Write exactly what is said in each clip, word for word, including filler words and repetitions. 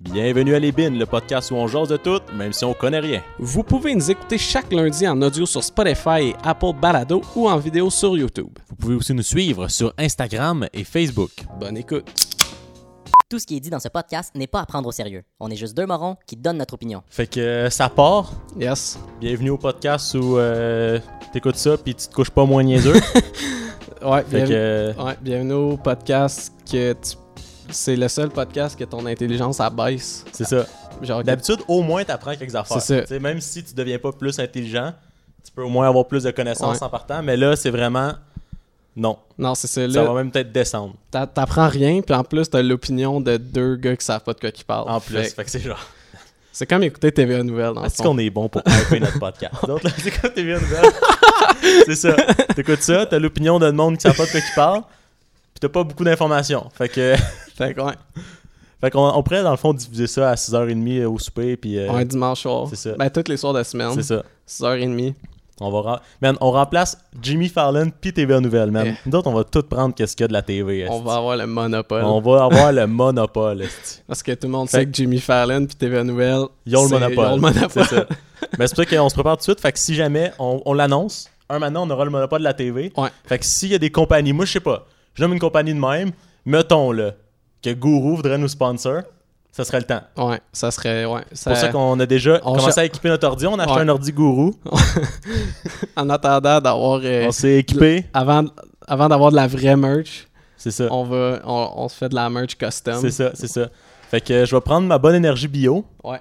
Bienvenue à Les Bines, le podcast où on jase de tout, même si on connaît rien. Vous pouvez nous écouter chaque lundi en audio sur Spotify et Apple Balado ou en vidéo sur YouTube. Vous pouvez aussi nous suivre sur Instagram et Facebook. Bonne écoute. Tout ce qui est dit dans ce podcast n'est pas à prendre au sérieux. On est juste deux morons qui donnent notre opinion. Fait que euh, ça part. Yes. Bienvenue au podcast où euh, t'écoutes ça puis tu te couches pas moins niaiseux. Ouais, Fait bienvenue, que euh, ouais, bienvenue au podcast que tu... C'est le seul podcast que ton intelligence abaisse. c'est ça. Genre, que- D'habitude, au moins t'apprends quelques affaires. C'est ça. T'sais, même si tu deviens pas plus intelligent, tu peux au moins avoir plus de connaissances Ouais. en partant. Mais là, c'est vraiment... Non. Non, c'est ça. Ça Là, va même peut-être descendre. t'a- t'apprends rien, puis en plus, t'as l'opinion de deux gars qui savent pas de quoi ils parlent. En plus. Fait- Fait que c'est genre... c'est comme écouter T V A Nouvelles, dans le Est-ce fond. qu'on est bon pour hyper notre podcast? Donc là, c'est quand t'es bien nouvelle. C'est ça. T'écoutes ça, t'as l'opinion d'un monde qui sait pas de quoi qui parle, pis t'as pas beaucoup d'informations. Fait que... Fait que, ouais. Fait qu'on on pourrait, dans le fond, diffuser ça à six heures trente au souper, puis... euh, Un dimanche soir. c'est ça. Ben, tous les soirs de semaine. c'est ça. six heures trente. On va... rem- Man, on remplace Jimmy Fallon pis T V A Nouvelles, man. Yeah. Nous autres, on va tout prendre qu'est-ce qu'il y a de la T V. On esti. va avoir le monopole. On va avoir le monopole, esti. Parce que tout le monde Fait- sait que Jimmy Fallon puis T V A Nouvelles, Ils ont le c'est- monopole. Ils ont le monopole. C'est ça. Mais c'est pour ça qu'on se prépare tout de suite. Fait que si jamais on, on l'annonce, un maintenant, on aura le monopole de la T V. Ouais. Fait que s'il y a des compagnies, moi je sais pas, je nomme une compagnie de même, mettons là, que Guru voudrait nous sponsor, ça serait le temps. Ouais, ça serait... Ouais, C'est pour ça qu'on a déjà on commencé cha- à équiper notre ordi. On a acheté Ouais. un ordi Guru. En attendant d'avoir... euh, On s'est équipé. avant avant d'avoir de la vraie merch, C'est ça. on va on, on se fait de la merch custom. C'est ça, c'est ça. Fait que euh, je vais prendre ma bonne énergie bio. Ouais.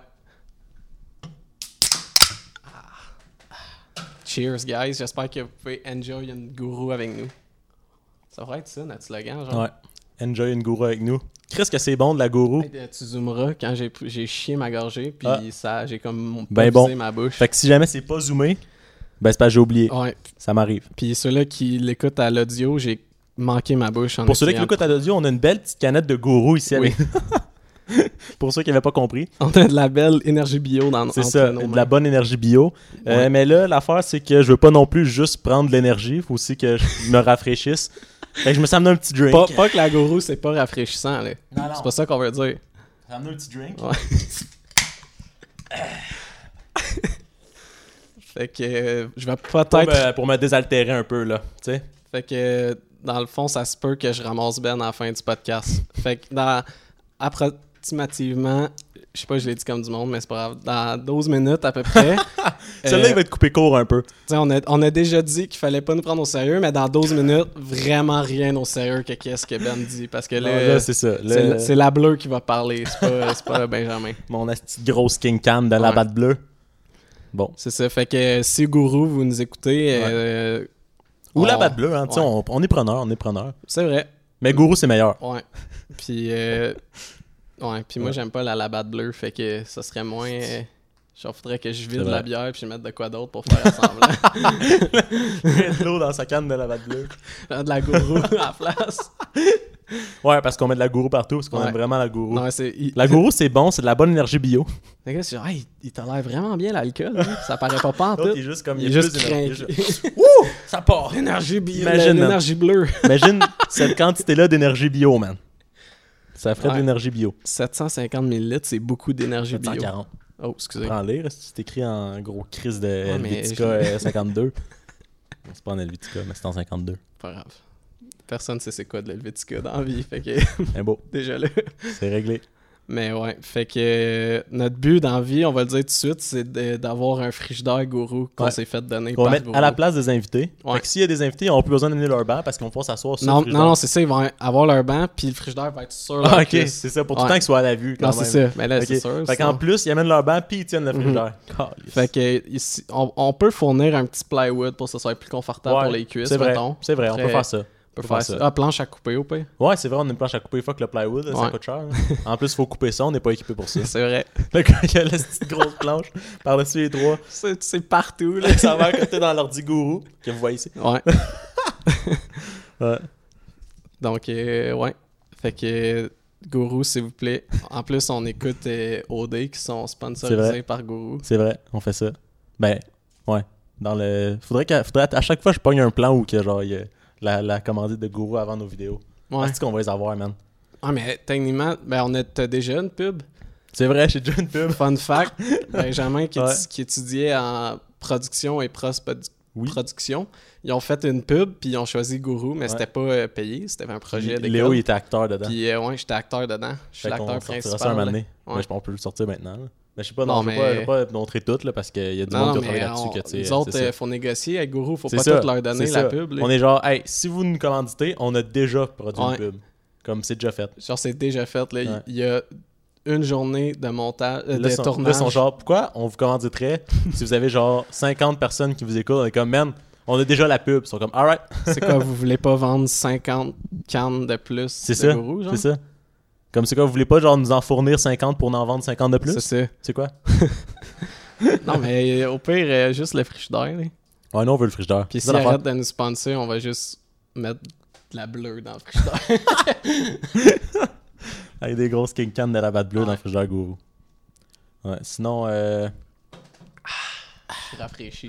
Cheers, guys. J'espère que vous pouvez enjoy une gourou avec nous. Ça devrait être ça, notre slogan, genre. Ouais. Enjoy une Guru avec nous. Qu'est-ce que c'est bon de la Guru? Hey, euh, tu zoomeras quand j'ai, j'ai chié ma gorgée, puis Ah. ça, j'ai comme Ben pas bon. visé ma bouche. Fait que si jamais c'est pas zoomé, ben c'est pas j'ai oublié. Ouais. Ça m'arrive. Puis ceux-là qui l'écoutent à l'audio, j'ai manqué ma bouche en Pour ceux-là qui essayant. l'écoutent à l'audio, on a une belle petite canette de Guru ici. Oui. avec- Pour ceux qui n'avaient pas compris. On a de la belle énergie bio dans C'est entre ça, nos de mains. la bonne énergie bio. Euh, Ouais. mais là, l'affaire, c'est que je veux pas non plus juste prendre de l'énergie. Il faut aussi que je me rafraîchisse. Fait que je me suis amené un petit drink. Pas, pas que la gourou, c'est pas rafraîchissant, là. Non, non. C'est pas ça qu'on veut dire. J'ai amené un petit drink. Ouais. Fait que euh, je vais Pour peut-être... me, pour me désaltérer un peu, là. Tu sais. Fait que euh, dans le fond, ça se peut que je ramasse Ben à la fin du podcast. Fait que dans approximativement, je sais pas, je l'ai dit comme du monde, mais c'est pas grave, dans douze minutes à peu près. Celui-là, euh, il va être coupé court un peu. t'sais, on, a, on a déjà dit qu'il fallait pas nous prendre au sérieux, mais dans douze minutes, vraiment rien au sérieux que qu'est-ce que Ben dit. Parce que Non, là, là, c'est ça. Là, c'est, la- c'est la bleue qui va parler, c'est pas, c'est pas Benjamin. Mon petite grosse king can de la Ouais. batte bleue. Bon. C'est ça. Fait que si Gourou, vous nous écoutez, euh, Ou la on- batte bleue, hein. Tu sais, ouais. on, on est preneur, on est preneur. c'est vrai. Mais Guru, c'est meilleur. Ouais. Puis, euh, ouais. Puis moi, j'aime pas la labatte bleue, fait que ça serait moins. euh, genre, faudrait que je C'est vide vrai. la bière puis je mette de quoi d'autre pour faire semblant. Il y a de l'eau dans sa canne de la batte bleue. de la gourou à la place. Ouais, parce qu'on met de la Guru partout, parce qu'on Ouais. aime vraiment la Guru. Non, c'est. il- La Guru, c'est bon, c'est de la bonne énergie bio. Le gars, c'est genre, hey, il t'a l'air vraiment bien l'alcool. hein. Ça paraît pas pas en L'autre, tout. il est juste comme Il est y a juste plus d'énergie. craqué. Ouh! Ça part! L'énergie bio, Imagine, man. l'énergie bleue. Imagine cette quantité-là d'énergie bio, man. Ça ferait Ouais. de l'énergie bio. sept cent cinquante millilitres, c'est beaucoup d'énergie bio. sept cent quarante. Oh, excusez. Prends lire, c'est écrit en gros crise de Ouais, mais Helvetica je- euh, cinquante-deux. Bon, c'est pas en Helvetica, mais c'est en cinquante-deux. Pas grave. Personne sait c'est quoi de l'Helvetica dans la vie, fait que C'est beau, déjà là. c'est réglé. Mais ouais, fait que euh, notre but dans la vie, on va le dire tout de suite, c'est de- d'avoir un frigidaire Gourou qu'on Ouais. s'est fait donner On va par mettre Gourou. à la place des invités. Ouais. Fait que s'il y a des invités, ils n'auront plus besoin d'amener leur banc parce qu'on va pouvoir s'asseoir sur Non, le non, frigidaire. non, c'est ça, ils vont avoir leur banc, puis le frigidaire va être sur leur Ah, ok, cuisse. c'est ça, pour tout Ouais. le temps qu'ils soient à la vue. Quand Non, c'est même. ça, mais là, Ok. c'est sûr. Fait qu'en sinon- plus, ils amènent leur banc puis ils tiennent le Mhm. frigidaire. Fait que ici, on, on peut fournir un petit plywood pour que ce soit plus confortable Ouais, pour les cuisses, C'est vrai, mettons. c'est vrai, on Très- peut faire ça. On peut peut faire faire ça. ça. Ah, planche à couper au pire. Ouais, c'est vrai, on a une planche à couper. Fuck le plywood, ça Ouais. coûte cher. hein. En plus, il faut couper ça, on n'est pas équipé pour ça. C'est vrai. Fait qu'il y a la petite grosse planche par-dessus les trois. C'est c'est partout, là. Ça va à côté dans l'ordi Guru que vous voyez ici. Ouais. Ouais. Donc, euh, ouais. Fait que, Gourou, s'il vous plaît. En plus, on écoute euh, O D qui sont C'est sponsorisés vrai. par Gourou. C'est vrai, on fait ça. Ben, ouais. Dans le. Faudrait qu'à faudrait à chaque fois je pogne un plan où que genre il y a la, la commandite de Guru avant nos vidéos. Ouais. Est-ce qu'on va les avoir, man? Ah, mais techniquement, ben, on a t'as déjà une pub. C'est vrai, j'ai déjà une pub. Fun fact, Benjamin qui, Ouais. étu- qui étudiait en production et prost-produ- Oui. production, ils ont fait une pub, puis ils ont choisi Guru, mais Ouais. c'était pas euh, payé, c'était un projet d'école. Léo, il était acteur dedans. Puis euh, ouais, j'étais acteur dedans. Je suis Fait qu'on l'acteur sortira principal. ça un moment là. donné. Ouais. Mais je pense qu'on peut le sortir maintenant. Là. Mais je sais pas, Non, non, je vais mais- pas, je vais pas te montrer tout, là, parce qu'il y a du Non, monde non, qui a mais travaillé là-dessus. on, que, tu sais, nous autres, c'est ça. il faut négocier avec Guru, faut C'est pas ça, tout leur donner c'est la ça. pub. là. On est genre, hey, si vous nous commanditez, on a déjà produit Ouais. une pub. Comme c'est déjà fait. Genre, c'est déjà fait. Là. Il- Ouais. Il y a une journée de montage, euh, Là, de son, tournage. là, ils sont genre, pourquoi on vous commanditerait si vous avez genre cinquante personnes qui vous écoutent? On est comme, man, on a déjà la pub. Ils sont comme, alright. C'est quoi, vous voulez pas vendre cinquante cannes de plus C'est de ça. Guru, genre? C'est ça. Comme c'est quoi, vous voulez pas genre nous en fournir cinquante pour en vendre cinquante de plus? C'est ça. C'est quoi? Non, mais euh, au pire, euh, juste le frigidaire. là. Ouais, non, on veut le frigidaire. Puis C'est s'ils ça, l'affaire. arrêtent de nous sponsor, on va juste mettre de la bleue dans le frigidaire. Avec des grosses King Can de la batte bleue Ouais. dans le frigidaire Gourou. Ouais, sinon, euh... Je suis rafraîchi.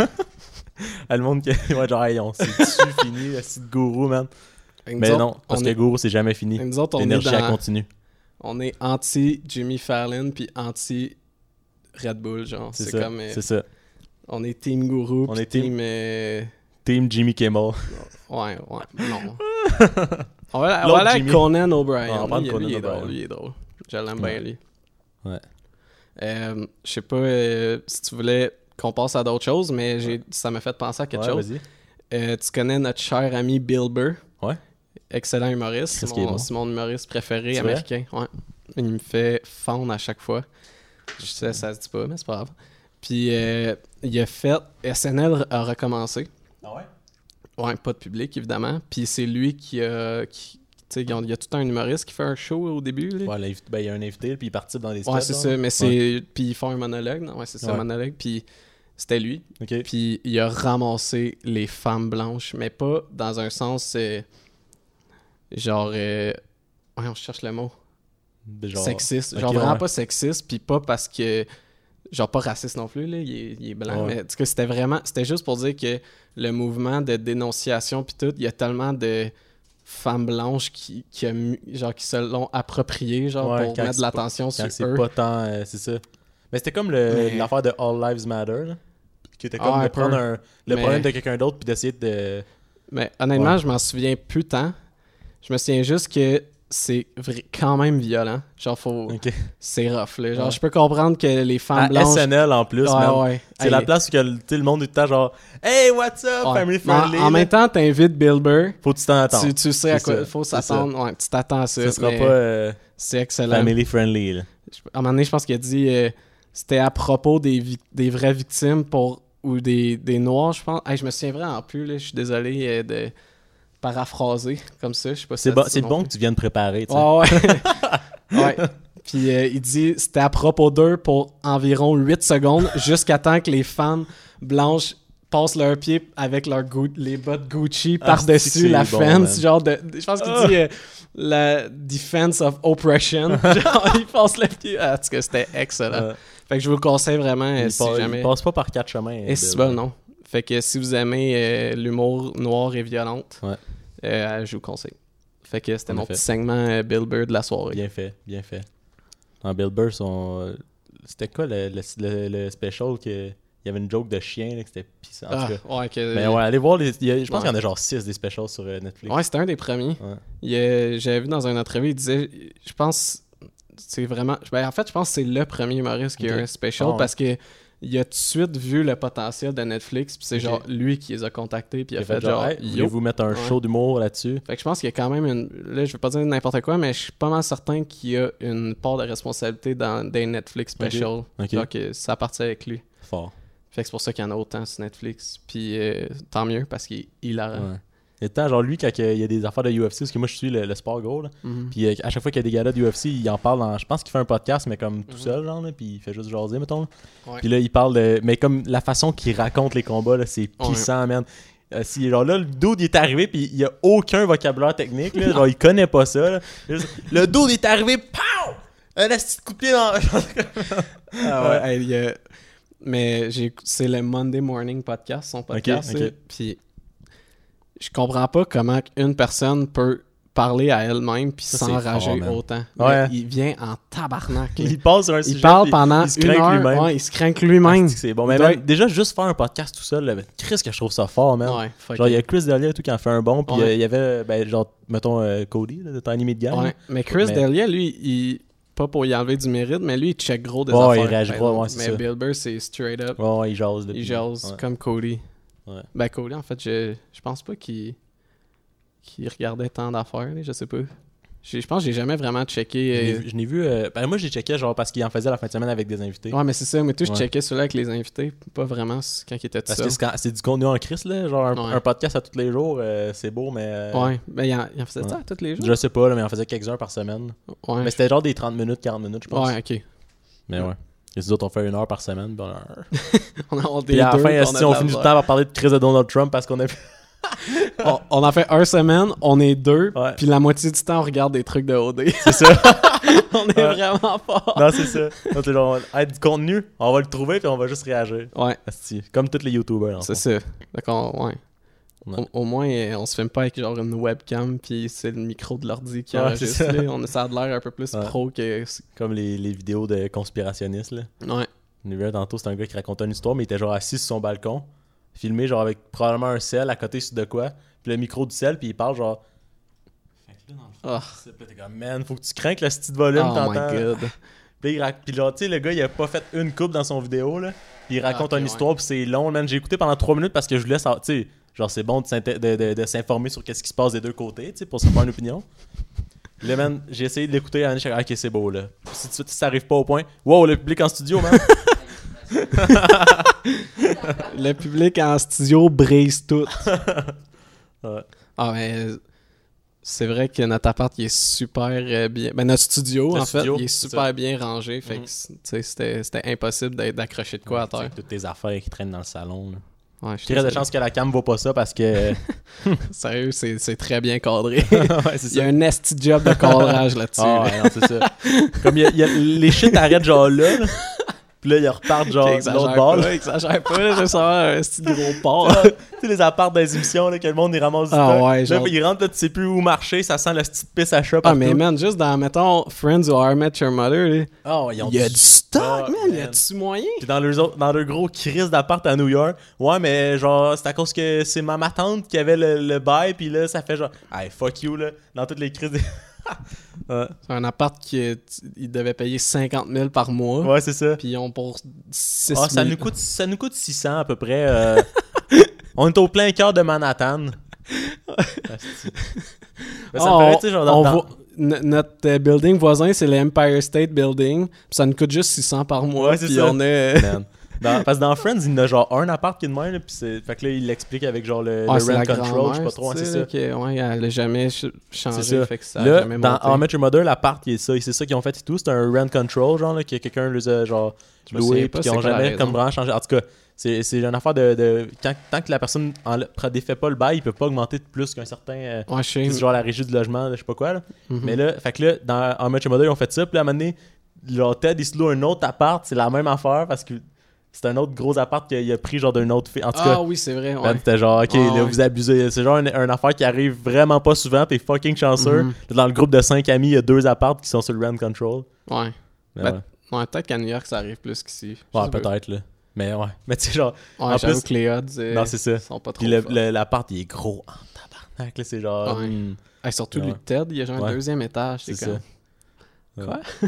ah, le monde qui. Ouais, genre, hey, on c'est-tu fini, le site Gourou, man? Fait que nous Mais autres, non, parce on que est- Gourou, c'est jamais fini. fait que nous autres, on est, L'énergie, elle dans, continue. on est anti-Jimmy Fallon puis anti-Red Bull, genre. C'est C'est ça. comme... euh, C'est ça. on est Team Guru On puis est team- Team... euh, Team Jimmy Kimmel. Ouais, ouais, non. on va, on L'autre va aller avec Jimmy. Conan O'Brien. Ouais, on va lui, prendre lui, il est Conan drôle, O'Brien. lui, il est drôle. Je l'aime Ouais. bien, lui. Ouais. Euh, je sais pas euh, si tu voulais qu'on passe à d'autres choses, mais j'ai, ça m'a fait penser à quelque Ouais, chose. vas-y. Euh, tu connais notre cher ami Bill Burr. Ouais. Excellent humoriste. Qu'est-ce C'est qu'il est mon, bon? c'est mon humoriste préféré C'est vrai? américain. Ouais. Il me fait fondre à chaque fois. Je sais, ça se dit pas, mais c'est pas grave. Puis euh, il a fait... S N L a recommencé. Ah ouais? Ouais, pas de public, évidemment. Puis c'est lui qui a... Qui, tu sais, il y a tout un humoriste qui fait un show au début. Là. Ouais, l'invité- ben, il y a un invité, puis il participe dans les Ouais, sketchs, c'est genre. ça. Mais c'est... Puis ils font un monologue. Non, ouais, c'est ça, un Ouais. monologue. Puis c'était lui. Ok. Puis il a ramassé les femmes blanches, mais pas dans un sens euh, genre euh, ouais, on cherche le mot De genre- sexiste, ok, genre vraiment ouais. pas sexiste, puis pas parce que genre pas raciste non plus là, il est, il est blanc, Ouais. mais en tout cas c'était vraiment c'était juste pour dire que le mouvement de dénonciation puis tout, il y a tellement de femmes blanches qui qui, a mis- genre qui se l'ont approprié genre Ouais, pour quand mettre c'est de l'attention Quand sur c'est eux. pas tant. euh, c'est ça. Mais c'était comme le- Mais- l'affaire de All Lives Matter, là, qui était comme Ah, de un peu. prendre un- le Mais- problème de quelqu'un d'autre puis d'essayer de. Mais honnêtement, Ouais. je m'en souviens plus tant. Je me souviens juste que c'est vra- quand même violent. Genre, faut... Ok. c'est rough. Là. Genre, Ouais. je peux comprendre que les femmes À blanches... S N L en plus, Ouais, man. ouais. C'est Hey, la place où que le, tu sais, le monde est tout le temps genre Hey, what's up, ouais. family Mais en- friendly. En, là. même temps, t'invites Bill Burr. Faut que tu t'en attends. Tu, tu sais à C'est quoi ça, il faut c'est ça. s'attendre. Ouais, tu t'attends à ça. Ce sera mais pas euh, c'est excellent. family friendly. Là. Je- À un moment donné, je pense qu'il a dit... euh, c'était à propos des, vic- des vraies victimes pour ou des, des noirs, je pense. Hey, je me souviens vraiment plus. Là. Je suis désolé euh, de paraphraser comme ça. Je sais pas si C'est ça bon, dit ça c'est non bon plus. que tu viennes préparer. tu sais. Ouais, ouais. ouais. Puis euh, il dit c'était à propos d'eux pour environ huit secondes jusqu'à temps que les femmes blanches passent leurs pieds avec leurs Gu- les bottes Gucci Ah, par-dessus c'est que la c'est bon, fence. man. Genre de, je pense qu'il Ah. dit euh, la defense of oppression. Genre, il passe le pied. Ah, en tout cas, c'était excellent. Euh, Fait que je vous le conseille vraiment euh, il, si passe, jamais. il passe pas par quatre chemins. Et de- si bon, non. Fait que si vous aimez euh, l'humour noir et violente, Ouais. euh, je vous conseille. Fait que c'était En mon effet. petit segment euh, Bill Burr de la soirée. Bien fait, bien fait. En Bill Burr, son... c'était quoi le, le, le, le special que... Il y avait une joke de chien là, que c'était pissant. En Ah, tout cas. ouais, que- Mais ouais, allez voir. Les, il y a- je pense Ouais. qu'il y en a genre six des specials sur euh, Netflix. Ouais, c'était un des premiers. Ouais. Il y a- J'avais vu dans une entrevue, il disait, je pense, c'est vraiment, ben, en fait, je pense que c'est le premier humoriste qui a Ok. eu un special Ah ouais. parce que il a tout de suite vu le potentiel de Netflix, puis c'est Ok. genre lui qui les a contactés, puis il Il a fait, genre, hey, yo. voulez-vous mettre un Ouais. show d'humour là-dessus? Fait que je pense qu'il y a quand même une, là, je vais pas dire n'importe quoi, mais je suis pas mal certain qu'il y a une part de responsabilité dans des Netflix specials. Ok. Genre que ça partit avec lui. Fort. Fait que c'est pour ça qu'il y en a autant sur Netflix. Puis euh, tant mieux parce qu'il est hilarant. Ouais. Et tant, genre lui, quand il y a des affaires de U F C, parce que moi je suis le, le sport gros, là. Mhm. Puis euh, à chaque fois qu'il y a des galas de U F C, il en parle dans. Je pense qu'il fait un podcast, mais comme tout Mhm. seul, genre, là, puis il fait juste jaser, mettons. Là. Ouais. Puis là, il parle de. Mais comme la façon qu'il raconte les combats, là, c'est Ouais. puissant, man. Euh, si, genre là, le dude il est arrivé, puis il y a aucun vocabulaire technique, là. Genre, il connaît pas ça, là. Juste, le dude est arrivé, pow! Un petit coup de pied dans. Ah ouais, hey, il y a- mais j'ai c'est le Monday Morning Podcast, son podcast. ok. là. Puis je comprends pas comment une personne peut parler à elle-même puis Ça, s'enrager c'est fort, man. autant. Ouais. Mais il vient en tabarnak. Il passe sur un sujet. Il parle puis pendant il se une craint heure. lui-même. Ouais, il se craint lui-même. Ah, c'est que c'est bon. Mais Il doit même, déjà, juste faire un podcast tout seul, là, Chris, que je trouve ça fort, man. Ouais, fuck Genre, il y a it. Chris D'Elia et tout qui en fait un bon. Puis Ouais. euh, il y avait, ben, genre, mettons, euh, Cody, là, de Tiny Meat Guy. là. Ouais. Mais Chris Mais- D'Elia, lui, il... pas pour y enlever du mérite, mais lui, il check gros des Ouais, affaires. il réagit par gros, exemple. ouais, c'est Mais ça. Bill Burr, c'est straight up. Ouais, ouais, il jase. là, Il puis- jase ouais. comme Cody. Ouais. Ben, Cody, en fait, je, je pense pas qu'il qu'il regardait tant d'affaires, là, je sais pas. Je je pense que j'ai jamais vraiment Je checké. l'ai euh, vu- je l'ai vu. euh, Ben, moi, j'ai checké, genre, parce qu'il en faisait la fin de semaine avec des invités. Ouais, mais c'est ça. Mais toi, je Ouais. checkais celui-là avec les invités. Pas vraiment quand il était tout Parce seul. que c'est quand- c'est du contenu en Chris, là. Genre, un, Ouais. un podcast à tous les jours, euh, c'est beau, mais. euh, Ouais. Ben, il en, il en faisait ça Ouais. tous les jours. Je sais pas, là, mais il en faisait quelques-uns par semaine. Ouais. Mais c'était genre des trente minutes, quarante minutes, je pense. Ouais, ok. Mais ouais. Les autres, on fait une heure par semaine. Puis, on a... On a on des puis à la deux, fin, puis esti, a de on la finit du misère. temps à parler de Chris de Donald Trump parce qu'on a. on, on en fait un semaine, on est deux, Ouais. puis la moitié du temps, on regarde des trucs de O D. C'est ça. on est Ouais. vraiment fort. Non, c'est ça. Donc, c'est genre, hey, du contenu, on va le trouver, puis on va juste réagir. Ouais, Esti. Comme tous les YouTubers. en c'est fait. ça. D'accord, ouais. Ouais. Au, au moins, euh, on se filme pas avec genre une webcam, puis c'est le micro de l'ordi qui Ouais, enregistre. c'est ça. là. On, ça a de l'air un peu plus Ouais. pro que. Comme les, les vidéos de conspirationnistes, là. Ouais. On a vu un tantôt, c'est un gars qui racontait une histoire, mais il était genre assis sur son balcon, filmé genre avec probablement un sel à côté sur de quoi, puis le micro du sel, puis il parle genre. Fait que là, dans le fond, Oh, c'est- puis là, t'es comme, man, faut que tu crains que le style de volume, oh t'entends. my god. Puis, il rac- puis genre, tu sais, le gars, il a pas fait une coupe dans son vidéo, là. Puis il raconte Ah, ok, une ouais. histoire, puis c'est long, man. J'ai écouté pendant trois minutes parce que je voulais savoir, tu sais, genre, c'est bon de, s'inté- de, de- de s'informer sur qu'est-ce qui se passe des deux côtés, tu sais, pour se faire une opinion. Puis là, man, j'ai essayé de l'écouter, et je suis comme, ok, c'est beau, là. Puis si, tu- si ça arrive pas au point, wow, le public en studio, man. Le public en studio brise tout. Ouais. Ah, mais c'est vrai que notre appart, il est super euh, bien. Ben, notre studio, Le en studio, fait, il est c'est super ça. bien rangé. Fait Mhm. que, tu sais, c'était c'était impossible d'être- d'accrocher de quoi à Tu sais, terre. toutes tes affaires qui traînent dans le salon, là. Ouais, je Puis il reste de désolé. chance que la cam voit pas ça parce que. Sérieux, c'est c'est très bien cadré. ouais, c'est Il y a un esti job de cadrage là-dessus. Ah là. ouais, non, c'est ça. Comme il y a, il y a- les shit arrêtent genre là, là. Puis là, ils repartent genre de Exagère l'autre bord. là. pas, exagère pas, là, juste avoir un petit gros port. Tu sais, les apparts des émissions, là, que le monde, il ramasse du Ah stock. ouais, Là, genre- ils rentrent, là, tu sais plus où marcher, ça sent la petite pisse à chat Ah, partout. mais man, juste dans, mettons, Friends ou How I Met Your Mother, là, Ah ouais, ils ont il y a du stock, stock, man. Il y a man. du moyen. Puis dans leurs autres- dans leur gros crise d'appart à New York, ouais, mais genre, c'est à cause que c'est ma, ma tante qui avait le, le bail, puis là, ça fait genre, hey, fuck you, là, dans toutes les crises. des- ouais. C'est un appart qui est- il devait payer cinquante mille par mois. ouais, c'est ça. Puis ils ont pour six Ah, ça mille. nous coûte, ça nous coûte six cents à peu près. euh. On est au plein cœur de Manhattan. Asti. Mais ça me Ah, ferait, on- tu sais, genre, dans- on dans- voit- n- notre euh, building voisin, c'est l'Empire State Building. Puis ça nous coûte juste six cents par mois. Ouais, c'est puis ça. on est. Man. Dans- parce que dans Friends, il y en a genre un appart qui est de même, là, puis c'est... Fait que là, il l'explique avec genre le, Ah, le c'est rent la control, je sais grand-mère, pas trop, ouais, tu c'est sais, ça. là, que, ouais, elle a jamais ch- changé. C'est ça. Fait que ça a Là, jamais dans monté. How I Met Your Mother, l'appart, il est ça, c'est ça qu'ils ont fait et tout. C'est un rent control, genre, là, que quelqu'un les a genre Je me souviens loué, pas puis qu'ils c'est ont quoi la jamais raison. comme vraiment changé. En tout cas, c'est, c'est une affaire de. de quand, tant que la personne ne défait pas le bail, il peut pas augmenter de plus qu'un certain. euh, Ouais, je sais. c'est genre la régie du logement, je sais pas quoi, là. Mhm. Mais là, fait que là, dans How I Met Your Mother, ils ont fait ça, puis là, à un moment donné, genre, Ted, il se loue un autre appart, c'est la même affaire parce que c'est un autre gros appart qu'il a pris, genre, d'une autre fille. En tout cas. Ah oui, c'est vrai. Man, Ouais. c'était genre, ok, Ouais, là, ouais. vous abusez. C'est genre une, une affaire qui arrive vraiment pas souvent, t'es fucking chanceux. Mhm. Dans le groupe de cinq amis, il y a deux apparts qui sont sur le rent control. Ouais. Mais Ben, ouais, Ouais, peut-être qu'à New York, ça arrive plus qu'ici. Je Ouais, sais pas. peut-être, là. Mais ouais. Mais tu sais, genre, Ouais, en j'avoue plus- que les odds euh, non, c'est ça. sont pas trop Puis le- forts. le- l'appart, il est gros en tabarnak, là, c'est genre. Ouais. hmm, Hey, surtout Ouais. lui, Ted, il y a genre Ouais. un deuxième étage. c'est C'est ça. comme... Ouais. Quoi?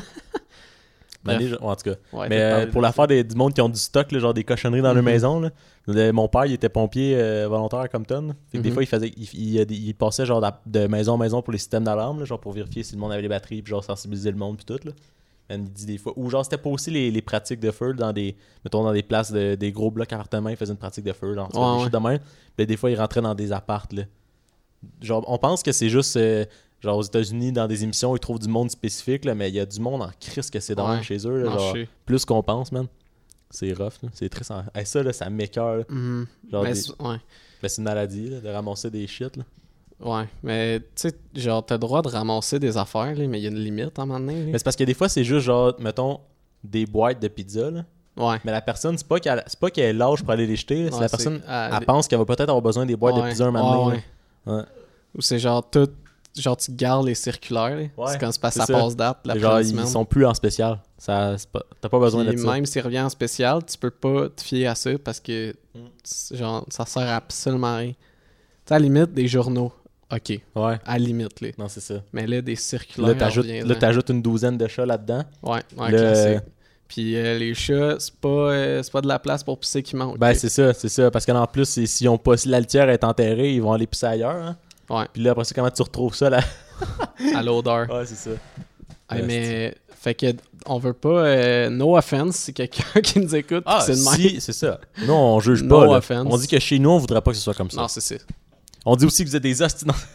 Ben, Bref. les gens- en tout cas. Ouais, Mais t'as euh, parlé pour de l'affaire des- du monde qui ont du stock, là, genre des cochonneries dans leur Mhm. maison, là, le- mon père, il était pompier euh, volontaire à Compton. Fait que des Mhm. fois, il faisait il, il, il- il passait genre d'a- de maison en maison pour les systèmes d'alarme, là, genre pour vérifier si le monde avait les batteries, puis genre sensibiliser le monde, puis tout. Là. Man, il dit des fois. Ou genre, c'était pas aussi les, les pratiques de feu dans des. Mettons, dans des places, de, des gros blocs appartements, ils faisaient une pratique de feu, genre, Ouais, des ouais. shit de même. Puis des fois, ils rentraient dans des appartes, là. Genre, on pense que c'est juste. euh, genre, aux États-Unis, dans des émissions, ils trouvent du monde spécifique, là, mais il y a du monde en crise que c'est dans Ouais. chez eux, là, Non, genre, je sais. plus qu'on pense, man. C'est rough, là. C'est très. sans- Hey, ça, là, ça m'écoeure. là. Mhm. Genre, Mais des- c'est- ouais. ben, c'est une maladie, là, de ramasser des shit, là. Ouais, mais tu sais, genre, t'as le droit de ramasser des affaires, là, mais il y a une limite à un moment donné. Mais là. c'est parce que des fois, c'est juste, genre, mettons, des boîtes de pizza, là. Ouais. Mais la personne, c'est pas qu'elle c'est pas qu'elle est lâche pour aller les jeter, là. c'est Ouais, la c'est- personne, ah, elle les- pense qu'elle va peut-être avoir besoin des boîtes Ouais, de pizza un ouais, moment donné, ouais. là. Ouais. Ou c'est genre tout. genre, tu gardes les circulaires. là. Ouais, c'est comme c'est parce que c'est ça ça. passe date la Genre, première ils semaine. sont plus en spécial. Ça, c'est pas- t'as pas besoin Puis de ça. même s'il revient en spécial, tu peux pas te fier à ça parce que Mm. c'est genre, ça sert à absolument rien. Tu sais, à la limite, des journaux, ok, Ouais. à la limite. Là. Non, c'est ça. Mais là, des circulaires. Là, t'ajoutes, reviens-en. là, t'ajoutes une douzaine de chats là-dedans. Ouais, ouais, Le- classique. Puis euh, les chats, c'est pas, euh, c'est pas de la place pour pisser qui manque. Ben, c'est ça, c'est ça. Parce qu'en plus, c'est- s'ils ont pas, si la litière est enterrée, ils vont aller pisser ailleurs. Hein? Ouais, Puis là, après ça, comment tu retrouves ça là? à l'odeur. Ouais, c'est ça. Hey, Ouais, mais, fait que, on veut pas, euh, no offense, si quelqu'un qui nous écoute, Ah, pis c'est de même. si, c'est ça. Nous, on juge No pas. là. offense. On dit que chez nous, on voudrait pas que ce soit comme ça. Non, c'est ça. On dit aussi que vous êtes des hosties. Non.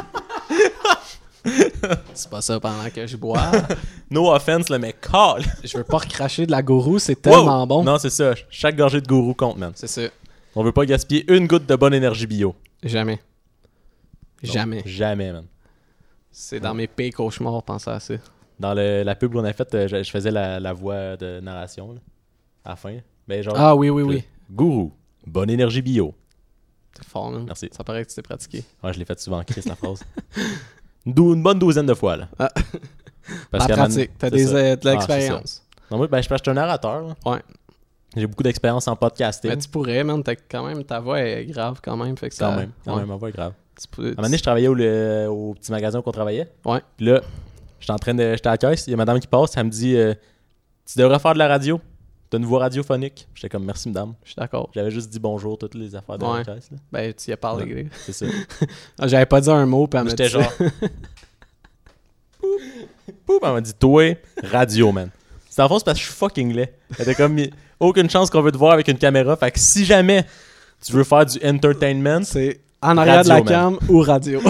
C'est pas ça pendant que je bois. No offense, là, mais call. Je veux pas recracher de la gourou, c'est tellement Wow! bon. Non, c'est ça. Chaque gorgée de gourou compte, man. C'est ça. On veut pas gaspiller une goutte de bonne énergie bio. Jamais. Non, Jamais. Jamais, man. C'est dans mes pires cauchemars, penser à ça. Dans le- la pub qu'on a faite, euh, je, je faisais la, la voix de narration là, à la fin. Ben, genre, Ah oui, oui, oui. Gourou, bonne énergie bio. T'es fort, man. Merci. Ça paraît que tu t'es pratiqué. Ouais, je l'ai fait souvent, Chris, la phrase. Une, dou- une bonne douzaine de fois, là. Ah. Parce La qu'à pratique. man- T'as c'est des, ça. euh, de Ah, l'expérience. Non, moi, ben, je, je suis un narrateur. Là. Ouais. J'ai beaucoup d'expérience en podcasting. Mais tu pourrais, man. T'as quand même, ta voix est grave quand même. Fait que Quand ça, même, quand ouais. même, ma voix est grave. Tu peux- À un moment donné, je travaillais au, le- au petit magasin où on travaillait. Ouais. Puis là, j'étais en train de. J'étais à la caisse, il y a madame qui passe, elle me dit euh, tu devrais faire de la radio. T'as une voix radiophonique. J'étais comme merci, madame. Je suis d'accord. J'avais juste dit bonjour, toutes les affaires de Ouais. la caisse. Là. Ben, tu y as parlé. Ouais. gars. C'est ça. Ah, J'avais pas dit un mot, puis elle m'a J'étais dit genre. Poup, poup, elle m'a dit toi, radio, man. C'est en fond, c'est parce que je suis fucking laid. Elle était comme aucune chance qu'on veut te voir avec une caméra. Fait que si jamais tu veux faire du entertainment, c'est en arrière de la Radio, cam ou radio.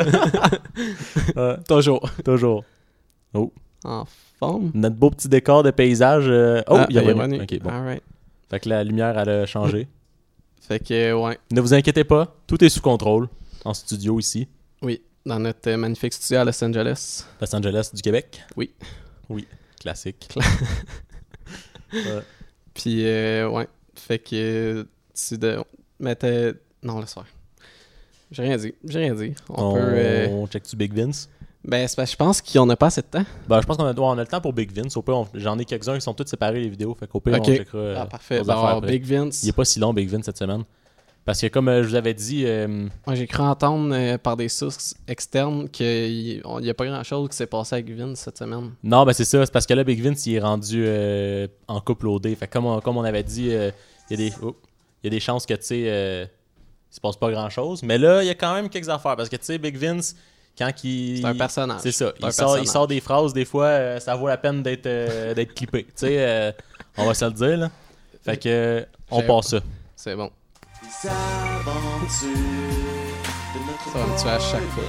euh, Toujours. toujours. Oh. En forme. Notre beau petit décor de paysage. euh, Oh, Ah, il est elle est revenu. revenue. Ok, bon. Alright. Fait que la lumière, elle a changé. Fait que, ouais. Ne vous inquiétez pas, tout est sous contrôle en studio ici, Oui. Dans notre euh, magnifique studio à Los Angeles. Los Angeles du Québec. Oui. Oui, classique. Cla- Ouais. Puis, euh, ouais. Fait que, tu de... Mais t'es... Non, laisse faire. J'ai rien dit. J'ai rien dit. On, On, peut... euh, on check-tu Big Vince? Ben, c'est parce que je pense qu'on n'a pas assez de temps. Ben, je pense qu'on a, ouais, on a le temps pour Big Vince. Au pire, on- j'en ai quelques-uns qui sont tous séparés, les vidéos. Fait qu'au pire, Ok. on checkera euh, ah, parfait. nos Ben, affaires alors, après. Big Vince. Il est pas si long, Big Vince, cette semaine. Parce que comme euh, je vous avais dit... euh, Moi, j'ai cru entendre euh, par des sources externes qu'il n'y a pas grand-chose qui s'est passé avec Vince cette semaine. Non, ben c'est ça. C'est parce que là, Big Vince, il est rendu euh, en couple O D. Fait que comme on, comme on avait dit, euh, il y a des... oh, il y a des chances que, tu sais, euh, il se passe pas grand-chose. Mais là, il y a quand même quelques affaires. Parce que, tu sais, Big Vince, quand il... C'est un personnage. C'est ça. C'est un Il sort, il personnage. sort des phrases, des fois, euh, ça vaut la peine d'être euh, d'être clippé. Tu sais, euh, on va se le dire, là. Fait que, euh, on J'ai- passe ça. C'est bon. Les aventures de notre Ça va me tuer à chaque fois.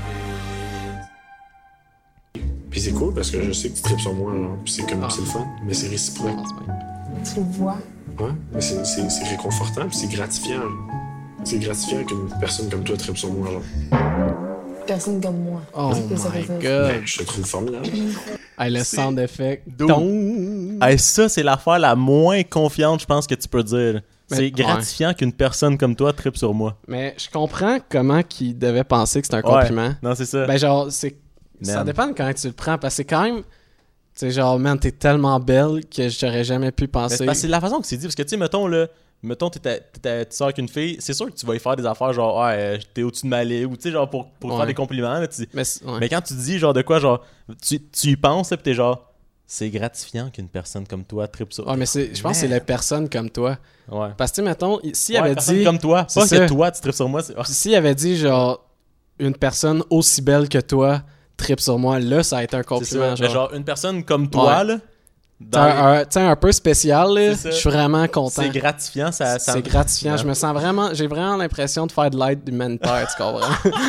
Puis c'est cool parce que je sais que tu tripes sur moi, genre. Puis c'est comme Ah. c'est le fun, mais c'est réciproque. Non, c'est bien. Tu le vois. Ouais, mais c'est, c'est, c'est réconfortant, puis c'est gratifiant. genre. C'est gratifiant qu'une personne comme toi tripe sur moi, genre. Personne comme moi. Oh C'est ce que ça my veut dire. god. Ben, je te trouve formidable. Hey, le C'est sound effect. doux. Dong. Hey, ça, c'est l'affaire la moins confiante, je pense, que tu peux dire. Mais- C'est gratifiant qu'une personne comme toi tripe sur moi. Mais je comprends comment qu'il devait penser que c'est un compliment. Ouais. Non, c'est ça. Ben genre, c'est ça Man. dépend de quand tu le prends. Parce que c'est quand même... Tu sais, genre, man, t'es tellement belle que j'aurais jamais pu Mais penser... c'est parce que c'est la façon que c'est dit. Parce que, tu sais, mettons, là, mettons, t'es à- t'es à- tu sors avec une fille, c'est sûr que tu vas y faire des affaires genre, ah, euh, t'es au-dessus de ma lait, ou tu sais, genre, pour, pour Ouais. faire des compliments. Là, tu- Mais, c'est- ouais. Mais quand tu dis, genre, de quoi, genre, tu, tu y penses, là, pis t'es genre, c'est gratifiant qu'une personne comme toi tripe sur. Ouais, mais c'est, je pense que c'est Man. les personnes comme toi. Ouais. Parce que, tu sais, mettons, s'il Ouais, avait personne dit... comme toi, c'est pas ça. que toi, tu tripes sur moi, c'est. Puis s'il avait dit, genre, une personne aussi belle que toi tripe sur moi, là, ça a été un C'est compliment. ça. genre. Mais genre, une personne comme toi, Ouais. là, T'as dans les- un, un- tu sais, un peu spécial, là, C'est ça. je suis vraiment content. c'est gratifiant, ça. ça- C'est gratifiant. Ouais. Je me sens vraiment... J'ai vraiment l'impression de faire de l'aide humanitaire, tu comprends?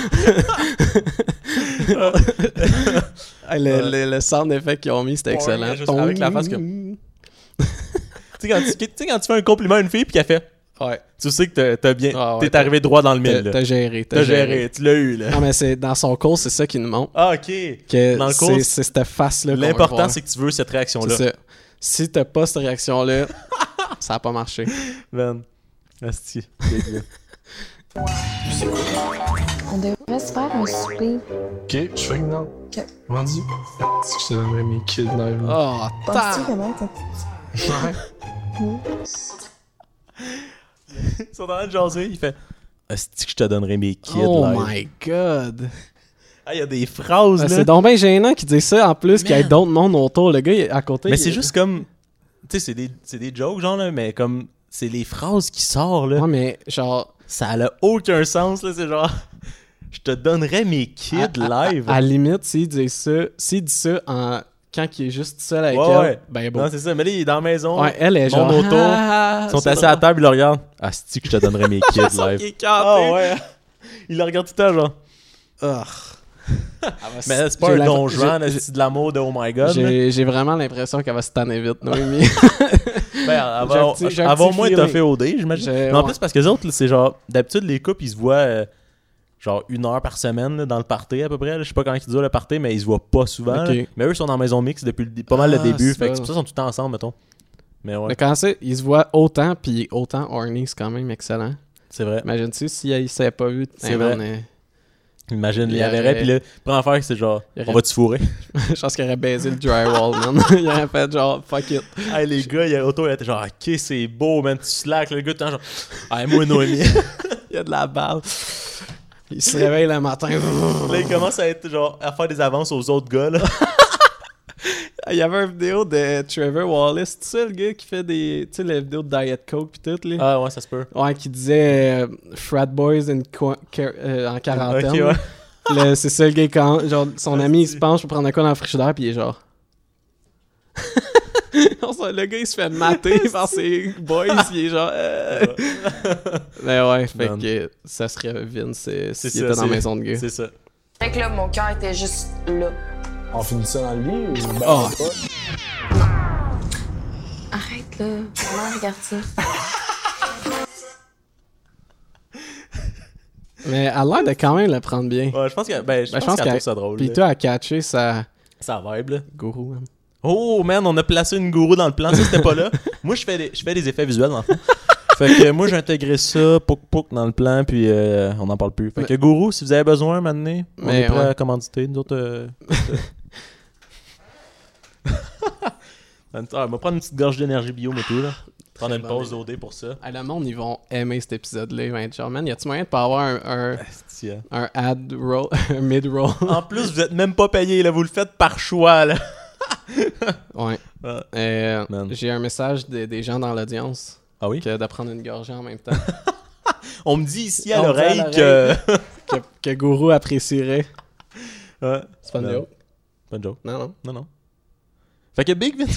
Hey, le, Ouais. le, le sound effect qu'ils ont mis, c'était Ouais, excellent. juste avec la face Tong. Tu sais, quand tu tu sais, quand tu fais un compliment à une fille, puis qu'elle fait, Ouais. tu sais que t'as- t'as bien. Ah ouais, t'es t'as- arrivé droit dans le T'as, mille, là. t'as géré. T'as, T'as géré, tu l'as eu, là. Non, mais c'est dans son cours, c'est ça qui nous montre. Ah, ok. Que Dans le c'est, cours, c'est cette face-là qu'on veut L'important, voir. c'est que tu veux cette C'est réaction-là. ça. Si t'as pas cette réaction-là, ça a pas marché. Man. Asti. C'est quoi? On devrait se faire un souper. Ok, je fais que non. Ok. Vendu. Si je te donnerais mes kids live. Oh, Penses-tu ta... comment t'as... Ouais. Ils sont en train de jaser, il fait est-ce que je te donnerais mes kids Oh live? my god. Ah, il y a des phrases Ben, là. c'est donc bien gênant qu'il dise ça en plus qu'il y ait Man. d'autres mondes autour. Le gars, il est à côté. Mais il- c'est juste comme. Tu sais, c'est des, c'est des jokes, genre, là, mais comme. C'est les phrases qui sortent, là. Ouais, mais genre. Ça a aucun sens, là. C'est genre. Je te donnerais mes kids à, live. À, à la limite, s'il dit ça, s'il dit ça en... quand il est juste seul avec Ouais, elle, ouais. ben bon. Non, c'est ça. Mais là, il est dans la maison. Ouais, elle est monde genre. autour, ah, Ils sont c'est assis à la drôle. table, ils le regardent. Ah, c'est-tu que je te donnerais mes kids Ça, il live? est canté. Ah, ouais. Il le regarde tout le temps, genre. Ah. Mais c'est pas J'ai un la- Don j'ai- Juan, c'est de l'amour de Oh My God. là. J'ai j'ai vraiment l'impression qu'elle va se tanner vite, Noémie. Ben, elle J'ai un va, petit- j'ai un elle va au petit moins feeling. toffer au dé, j'imagine. J'ai- Mais en ouais. plus, parce que les autres, là, c'est genre, d'habitude, les couples, ils se voient euh, genre une heure par semaine là, dans le party à peu près. là. Je sais pas quand ils dure le party, mais ils se voient pas souvent. Ok. là. Mais eux, ils sont dans la maison mixte depuis le dé- pas mal le Ah, début. c'est Fait que ça. c'est pour ça qu'ils sont tout le temps ensemble, mettons. Mais ouais, Mais quand c'est, ils se voient autant, puis autant horny, c'est quand même excellent. c'est vrai. Imagine-tu s'il ne s'avait pas vu. C'est hey, vrai. man, euh, Imagine, il Il y y avait aurait- puis là, première affaire, c'est genre, Il y aurait- on va-tu fourrer? Je pense qu'il aurait baisé le drywall, man. Il aurait fait genre, fuck it. Hey, les gars, il y a auto, il était genre, ok, c'est beau, man, tu slack. Le gars, tout le temps, genre, hey, moi, Noémie. Il y a de la balle. Il se réveille le matin. Là, il commence à être genre, à faire des avances aux autres gars, là. Il y avait une vidéo de Trevor Wallace, tu sais, le gars qui fait des. Tu sais, la vidéo de Diet Coke pis tout, là. Ah, ouais, ça se peut. Ouais, qui disait euh, Frat Boys in qua- quar- euh, en quarantaine. Ok, ouais. Le- c'est ça, le gars, quand genre, son ami, il se penche pour prendre un quoi dans le frigidaire, pis il est genre. Le gars, il se fait mater par ses boys, il est genre. euh. Mais ouais, fait Man. que ça serait Vince euh, C'est s'il ça, était dans la c'est- maison de gars. C'est ça. Fait que là, mon cœur était juste là. On finit ça dans le lit ou ben, Ah. pas? Arrête, là. Maman, regarde ça. Mais elle a l'air de quand même le prendre bien. Ouais, je pense que ben, je Ben, pense qu'elle trouve ça drôle. Puis là. toi, à catcher sa Ça vibe, là. gourou. hein. Oh, man, on a placé une gourou dans le plan. Ça, c'était pas là. Moi, je fais des, je fais des effets visuels, dans le fond. Fait que moi, j'ai intégré ça, pouk pouk, dans le plan, puis euh, on n'en parle plus. Fait que gourou, si vous avez besoin, maintenant, on Mais est prêt ouais. à commanditer. Nous autres... Euh... ah, on va prendre une petite gorge d'énergie bio, mais tout, là. Prendre une bon, pause mais- O D pour ça. Hey, le monde, ils vont aimer cet épisode-là. Ils vont être genre, man, y a-tu moyen de pas avoir un, un, Asti, hein. un ad roll, un mid roll? En plus, vous êtes même pas payé, là. Vous le faites par choix, là. Ouais. Ouais. Euh, Man. j'ai un message de- des gens dans l'audience Ah oui? que de prendre une gorgée en même temps. On me dit ici à On me dit à l'oreille que... que, que Gourou apprécierait. ouais. C'est pas une Non. joke. Pas de joke. Non, non. Non, non. Fait que Big Vin.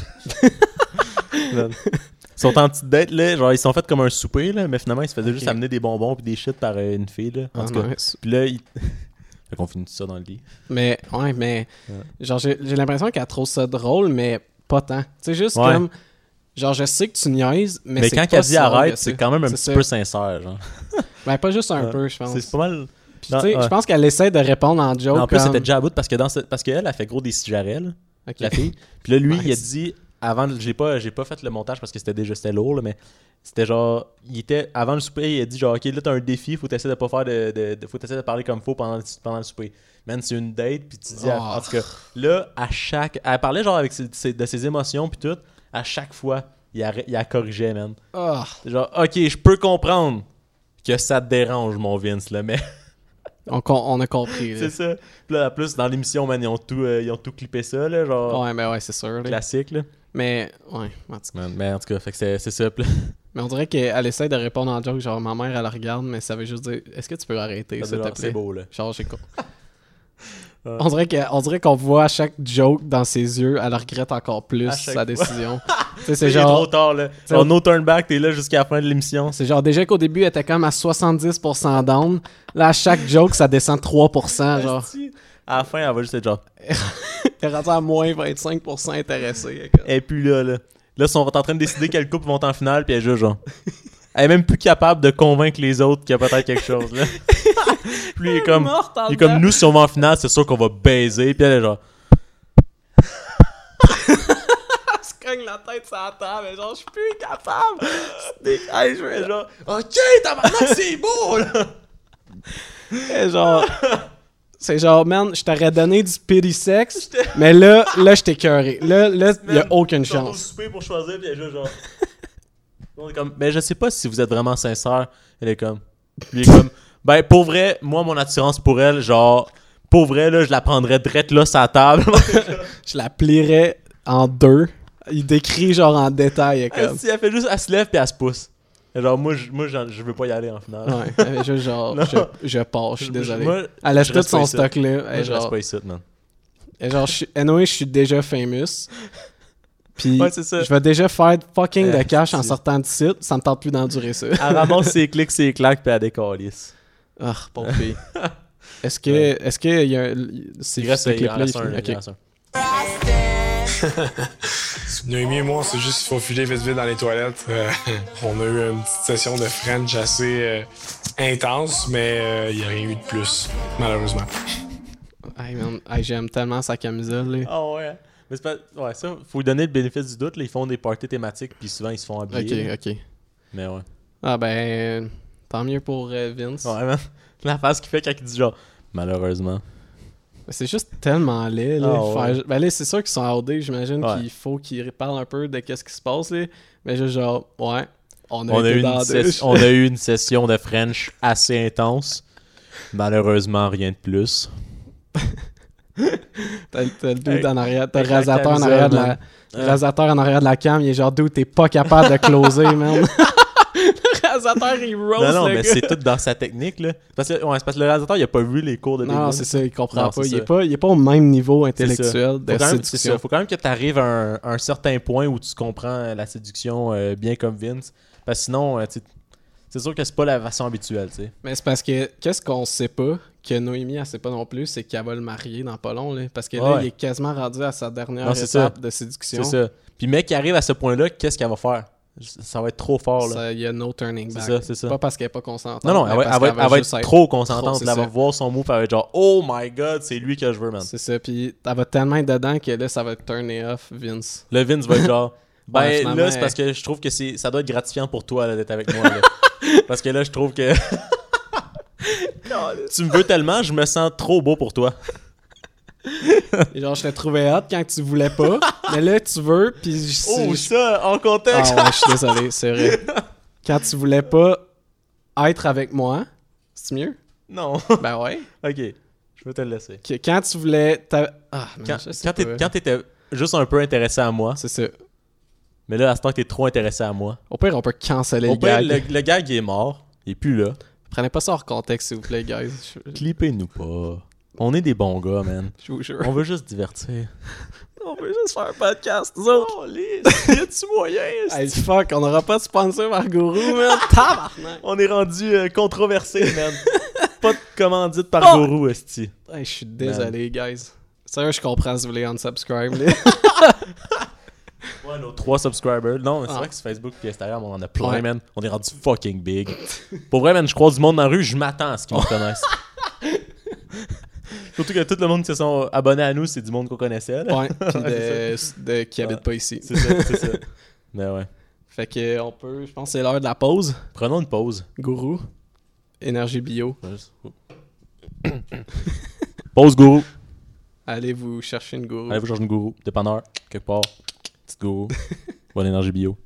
Man. Ils sont en petite date, là. Genre, ils se sont fait comme un souper, là. Mais finalement, ils se faisaient juste Ok. amener des bonbons puis des shit par euh, une fille, là. En Ah, tout cas. nice. Puis là, ils. Fait qu'on finit tout ça dans le lit. Mais, ouais, mais. Ouais. Genre, j'ai, j'ai l'impression qu'elle trouve ça drôle, mais pas tant. Tu sais, juste Ouais. comme. Genre, je sais que tu niaises, mais, Mais, c'est quand pas elle si dit drôle arrête, que c'est ça. quand même un C'est petit ça. peu sincère, genre. Ben, pas juste un Ouais. peu, je pense. C'est pas mal. Puis, Non, tu sais, ouais. je pense qu'elle essaie de répondre en joke. Mais en plus, comme... c'était déjà à bout parce que dans cette... parce qu'elle, elle a fait gros des cigarelles, là, Ok. la fille. Puis là, lui, il a Nice. dit. Avant, j'ai pas, j'ai pas fait le montage parce que c'était déjà c'était lourd, là, mais c'était genre. Il était. Avant le souper, il a dit genre, ok, là, t'as un défi, faut t'essayer de pas faire de. de, de- faut t'essayer de parler comme faut pendant le, pendant le souper. Man, c'est une date, puis tu dis. à- Oh. En tout cas, là, à chaque. Elle parlait genre avec ses, ses- de ses émotions, puis tout. À chaque fois, il a, il a corrigé, man. Ah. C'est genre, ok, je peux comprendre que ça te dérange, mon Vince, là, mais. On, com- on a compris. là. c'est ça. Puis là, en plus, dans l'émission, man, ils ont tout, euh, ils ont tout clippé ça, là, genre. Ouais, ben ouais, c'est sûr. là. Classique, là. Mais, ouais, en tout cas. Man, mais en tout cas, fait que c'est, c'est ça. Puis là, Mais on dirait qu'elle essaie de répondre en joke, genre ma mère elle la regarde, mais ça veut juste dire est-ce que tu peux arrêter, s'il te genre, plaît? c'est beau, là. Genre j'ai con. Ouais. On dirait que- on dirait qu'on voit à chaque joke dans ses yeux, elle regrette encore plus À chaque sa fois. décision. Tu sais, C'est c'est genre... trop genre tard, là. c'est- Genre, no turn back, t'es là jusqu'à la fin de l'émission. c'est genre déjà qu'au début elle était comme à soixante-dix pour cent down, là à chaque joke ça descend trois pour cent genre. Asti. À la fin, elle va juste être genre. Elle est rendue à moins vingt-cinq pour cent intéressée. Et puis là, là. Là, ils sont en train de décider quel couple vont en finale, puis elle est juste genre. Elle est même plus capable de convaincre les autres qu'il y a peut-être quelque chose, là. Puis lui, il est comme. Morte en Il est comme dedans. nous, si on va en finale, c'est sûr qu'on va baiser. Puis elle est genre. Elle se cogne la tête sur la table, mais genre je suis plus capable. Hey, je fais genre. Ok, tabarnak, c'est beau, là. Et genre... C'est genre, man, je t'aurais donné du pity sex, mais là, là, je t'ai écœuré. Là, là, il y a aucune Ils sont au chance. souper pour choisir, puis elle est juste genre... On est comme, mais je sais pas si vous êtes vraiment sincère. Elle est comme... Lui est comme, ben, pour vrai, moi, mon attirance pour elle, genre... Pour vrai, là, je la prendrais drette là, sur la table. Je la plierais en deux. Il décrit genre en détail. Elle, Comme... si elle fait juste, elle se lève puis elle se pousse. Et genre, moi, je, moi j'en- je veux pas y aller en finale. Ouais, elle est juste genre, Non. je, je pars, je suis désolé. Moi, Elle a je tout reste son pas ici. stock là. Moi, Elle est je reste genre, pas ici, man. elle est genre, je suis- anyway, je suis déjà famous. Puis, Ouais, c'est ça. je vais déjà faire fucking Eh, de cash en c'est- sortant du site. Ça me tente plus d'endurer ça. Elle ramasse ses clics, ses claques, puis elle décalisse. Ah, pauvre fille. Est-ce que, Ouais. est-ce que il y a un, c'est Il reste, ce il en clip-là, reste il un. finit? il en Ok. reste un. Noémie et moi, on s'est juste faufilé vite vite dans les toilettes. Euh, on a eu une petite session de French assez euh, intense, mais il n'y a rien eu de plus, malheureusement. Hey, man, hey, j'aime tellement sa camisole. Là. Ah ouais. Mais c'est pas. Ouais, ça, faut lui donner le bénéfice du doute. Là. Ils font des parties thématiques, puis souvent ils se font habiller. Ok, là. ok. Mais ouais. Ah ben, tant mieux pour euh, Vince. Ouais, man. La face qu'il fait quand il dit genre, malheureusement. C'est juste tellement laid, là. Ah, ouais. Faire- Ben là, c'est sûr qu'ils sont outdés, j'imagine Ouais. qu'il faut qu'ils parlent un peu de qu'est-ce qui se passe, là. Mais juste genre, ouais, on a On a, été eu dans une la ses- douche. on a eu une session de French assez intense. Malheureusement, rien de plus. T'as t'as le dude Avec- en arrière, t'as le avec la réalisateur en camisole, arrière de la... man. Le réalisateur en arrière de la cam, il est genre, dude, t'es pas capable de closer, man. Le réalisateur, il roast Non, non, le mais gars. c'est tout dans sa technique, là. Parce que, ouais, c'est parce que le réalisateur, il a pas vu les cours de Non, non, Big c'est Win. ça, il comprend Non, pas. c'est Il est ça. pas. Il est pas au même niveau C'est ça. intellectuel Faut de quand, même, c'est séduction. ça. Faut quand même que tu arrives à un, à un certain point où tu comprends la séduction euh, bien comme Vince. Parce que sinon, euh, tu sais, c'est sûr que c'est pas la façon habituelle, tu sais. Mais c'est parce que, qu'est-ce qu'on sait pas, que Noémie, elle sait pas non plus, c'est qu'elle va le marier dans pas long, là. Parce que là, Ouais. il est quasiment rendu à sa dernière Non, c'est étape ça. de séduction. C'est ça. Puis mec qui arrive à ce point-là, qu'est-ce qu'elle va faire? Ça va être trop fort, là. Ça, il y a no turning C'est back. ça, c'est ça. Pas parce qu'elle est pas consentante. Non, non, mais elle va, parce elle va qu'elle être, elle va juste être trop consentante. c'est Là, elle va ça. voir son move, elle va être genre, oh my god, c'est lui que je veux, man. C'est ça, puis elle va tellement être dedans que là, ça va turner off Vince. Le Vince va être genre, ben Ouais, finalement, là, c'est parce que je trouve que c'est, ça doit être gratifiant pour toi là, d'être avec moi. Là. Parce que là, je trouve que. Tu me veux tellement, je me sens trop beau pour toi. Et genre, je te trouvais hot quand tu voulais pas, mais là, tu veux, puis je Oh, je- ça, en contexte. Ah ouais, je suis désolé, c'est vrai. Quand tu voulais pas être avec moi, c'est mieux? Non. Ben ouais. Ok, je vais te le laisser. Que- quand tu voulais... t'a- Ah, man, Quand, je sais quand, t'es- pas. quand t'étais juste un peu intéressé à moi, C'est ça. mais là, à ce temps que t'es trop intéressé à moi, Au pire, on peut canceller au le pire, gag. le, le gag il est mort. Il est plus là. Prenez pas ça hors contexte, s'il vous plaît, guys. Je, Clippez-nous pas. On est des bons gars, man. je vous jure. On veut juste divertir. On peut juste faire un podcast, nous autres. Oh, lisse. Y a-tu moyen? Hey, fuck, on aura pas de sponsor par Gourou, man. Tabarnak. On est rendu euh, controversé, man. Pas de commandite par Oh! Gourou, esti. Hey, je suis désolé, guys. Sérieux, je comprends si vous voulez unsubscribe, là. Ouais, nos trois subscribers. Non, mais c'est Ah. vrai que sur Facebook et Instagram, on en a plein, Ouais. man. On est rendu fucking big. Pour vrai, man, je croise du monde dans la rue, je m'attends à ce qu'ils me connaissent. Surtout que tout le monde qui se sont abonnés à nous, c'est du monde qu'on connaissait, là. Ouais, pis de, de- qui habite Ouais. pas ici. C'est ça, c'est ça. Mais ouais. Fait que on peut, je pense que c'est l'heure de la pause. Prenons une pause. Gourou, énergie bio. Pause, Gourou. Allez vous chercher une gourou. Allez, vous chercher une Gourou. Dépanneur, quelque part. Petite Gourou. Bonne énergie bio.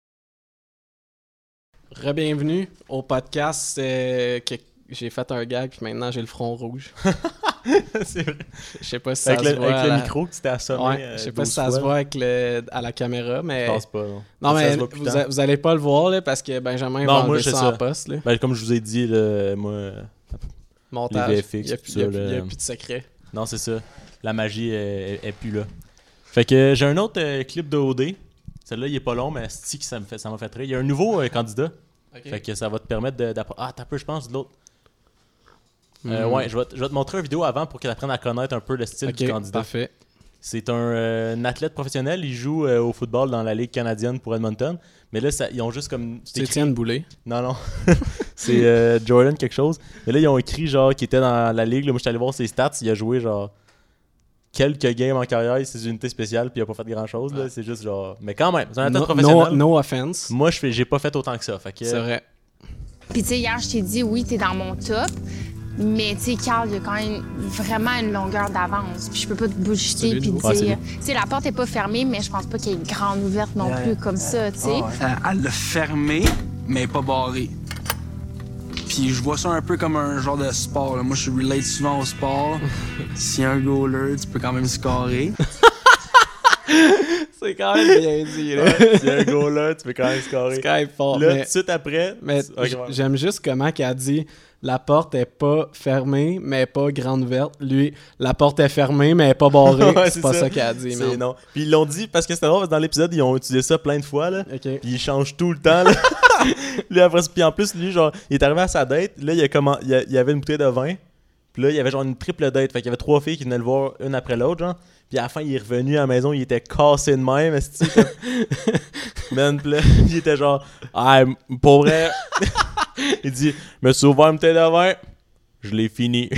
Re-bienvenue au podcast euh, que j'ai fait un gag puis maintenant j'ai le front rouge. C'est vrai. Je sais pas si ça Avec se le, voit avec à le la... micro que tu t'es assommé. Ouais, euh, je sais pas douze si ça fois, se là. voit avec le, à la caméra, mais... Je pense pas, non. Non, Ça mais se voit plus vous, tant. a- vous allez pas le voir là, parce que Benjamin Non, va moi, enlever je sais ça, ça. en poste. Là. Ben, comme je vous ai dit, là, moi... Montage. les V F X, Il y a, tout plus- il y a ça, plus- il y a là. plus de secret. Non, c'est ça. La magie est, est, est plus là. Fait que j'ai un autre euh, clip de O D. Celle-là, il est pas long, mais c'est que ça me fait, ça m'a fait rire. Il y a un nouveau euh, candidat. Fait que ça va te permettre de- d'apprendre. Ah, t'as peu, je pense, de l'autre. Euh, Mhm. ouais, je vais, te- je vais te montrer une vidéo avant pour que tu apprennes à connaître un peu le style Ok, du candidat. parfait. C'est un, euh, un athlète professionnel. Il joue euh, au football dans la Ligue canadienne pour Edmonton. Mais là, ça, ils ont juste comme. C'est écrit- Étienne Boulay. Non, non. C'est euh, Jordan quelque chose. Mais là, ils ont écrit genre qu'il était dans la ligue. Là, moi, je suis allé voir ses stats. Il a joué genre quelques games en carrière, ses unités spéciales, puis il a pas fait grand chose. Là. C'est juste genre. Mais quand même, c'est un athlète No, professionnel. no, no offense. Moi, je fais, j'ai pas fait autant que ça. Fait que, C'est vrai. Puis tu sais, hier, je t'ai dit, oui, t'es dans mon top. Mais, tu sais, Carl, il a quand même vraiment une longueur d'avance. Puis je peux pas te bullshiter C'est puis lui, te ouais, c'est dire... lui. Tu sais, la porte est pas fermée, mais je pense pas qu'il y ait une grande ouverte non Ouais, plus ouais. comme ça, tu sais. Euh, elle l'a fermé, mais pas barré. Puis je vois ça un peu comme un genre de sport. Là. Moi, je relate souvent au sport. S'il y a un goaler, tu peux quand même scorer. C'est quand même bien dit, là. Ouais, c'est un goal là, tu peux quand même scorer. Sky fort. Là, mais- tout de suite après. Mais tu- ok, j- ouais. j'aime juste comment qu'elle dit la porte est pas fermée, mais pas grande ouverte. Lui, la porte est fermée, mais pas barrée. Ouais, c'est pas ça, qu'elle a dit, C'est man. non. Puis ils l'ont dit parce que c'était drôle, parce que dans l'épisode, ils ont utilisé ça plein de fois, là. Ok. Puis il change tout le temps, là. Lui, après, puis en plus, lui, genre, il est arrivé à sa date. Là, il, a comment... il, a- il y avait une bouteille de vin. Puis là, il y avait genre une triple date. Fait qu'il y avait trois filles qui venaient le voir une après l'autre, genre. Puis à la fin, il est revenu à la maison, il était cassé de même. esti, comme- Man, puis là, il était genre, ah, pour vrai. Il dit, me suis ouvert une bouteille de vin, je l'ai fini.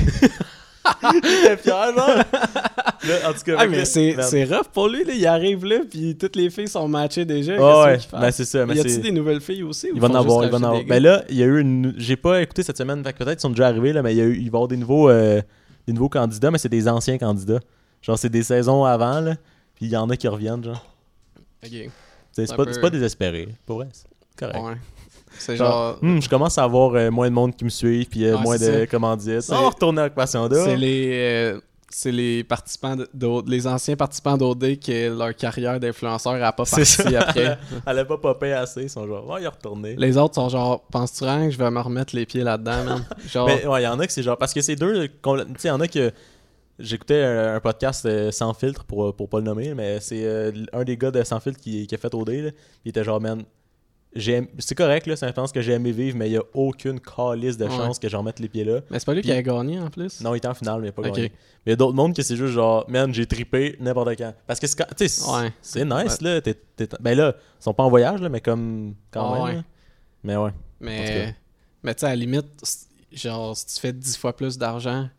Il était fier, genre. Là, en tout cas, Ah, fait que mais là, c'est, man. c'est rough pour lui, là. Il arrive là, puis toutes les filles sont matchées déjà. Ah Qu'est-ce ouais, qu'il fait? ben c'est ça. Mais y a-t-il c'est... des nouvelles filles aussi? Il va en avoir, il va en avoir. Ben là, il y a eu une. J'ai pas écouté cette semaine, fait que peut-être qu'ils sont déjà arrivés, là, mais il, y a eu... il va y avoir des nouveaux, euh, des nouveaux candidats, mais c'est des anciens candidats. Genre, c'est des saisons avant, là. Puis il y en a qui reviennent, genre. Ok. C'est, c'est, Un pas, peu- c'est pas désespéré, pour vrai. C'est correct. Ouais. C'est Genre, genre. hum, je commence à avoir euh, moins de monde qui me suit, puis euh, Ouais, moins c'est de ça. commandites. C'est- On va retourner à l'occupation d'A. C'est les, euh, c'est les participants, de- d'O- les anciens participants d'O D que leur carrière d'influenceur n'a pas C'est parti ça. après. Elle a pas popé assez, ils sont genre, ouais, il est retourné. Les autres sont genre, penses-tu vraiment que je vais me remettre les pieds là-dedans, man? Genre, Mais ouais, il y en a que c'est genre, parce que c'est deux, compl- tu sais, il y en a que. J'écoutais un, un podcast euh, Sans Filtre, pour, pour pas le nommer, mais c'est euh, un des gars de Sans Filtre qui, qui a fait O D, là. Il était genre, man, j'ai aim- c'est correct, là, c'est une expérience que j'ai aimé vivre, mais il y a aucune calice de Ouais. chance que j'en remette les pieds là. mais c'est pas lui Puis- qui a gagné en plus? Non, il était en finale, mais il a pas Ok. gagné. Mais il y a d'autres mondes que c'est juste genre, man, j'ai trippé n'importe quand. Parce que c'est, quand- tu sais, c'est, Ouais. c'est nice, là. T'es, t'es- ben là, ils sont pas en voyage, là, mais comme, quand Ah même. ouais. là. Mais ouais. En tout Mais, cas. mais tu sais, à la limite, c- genre, si tu fais dix fois plus d'argent,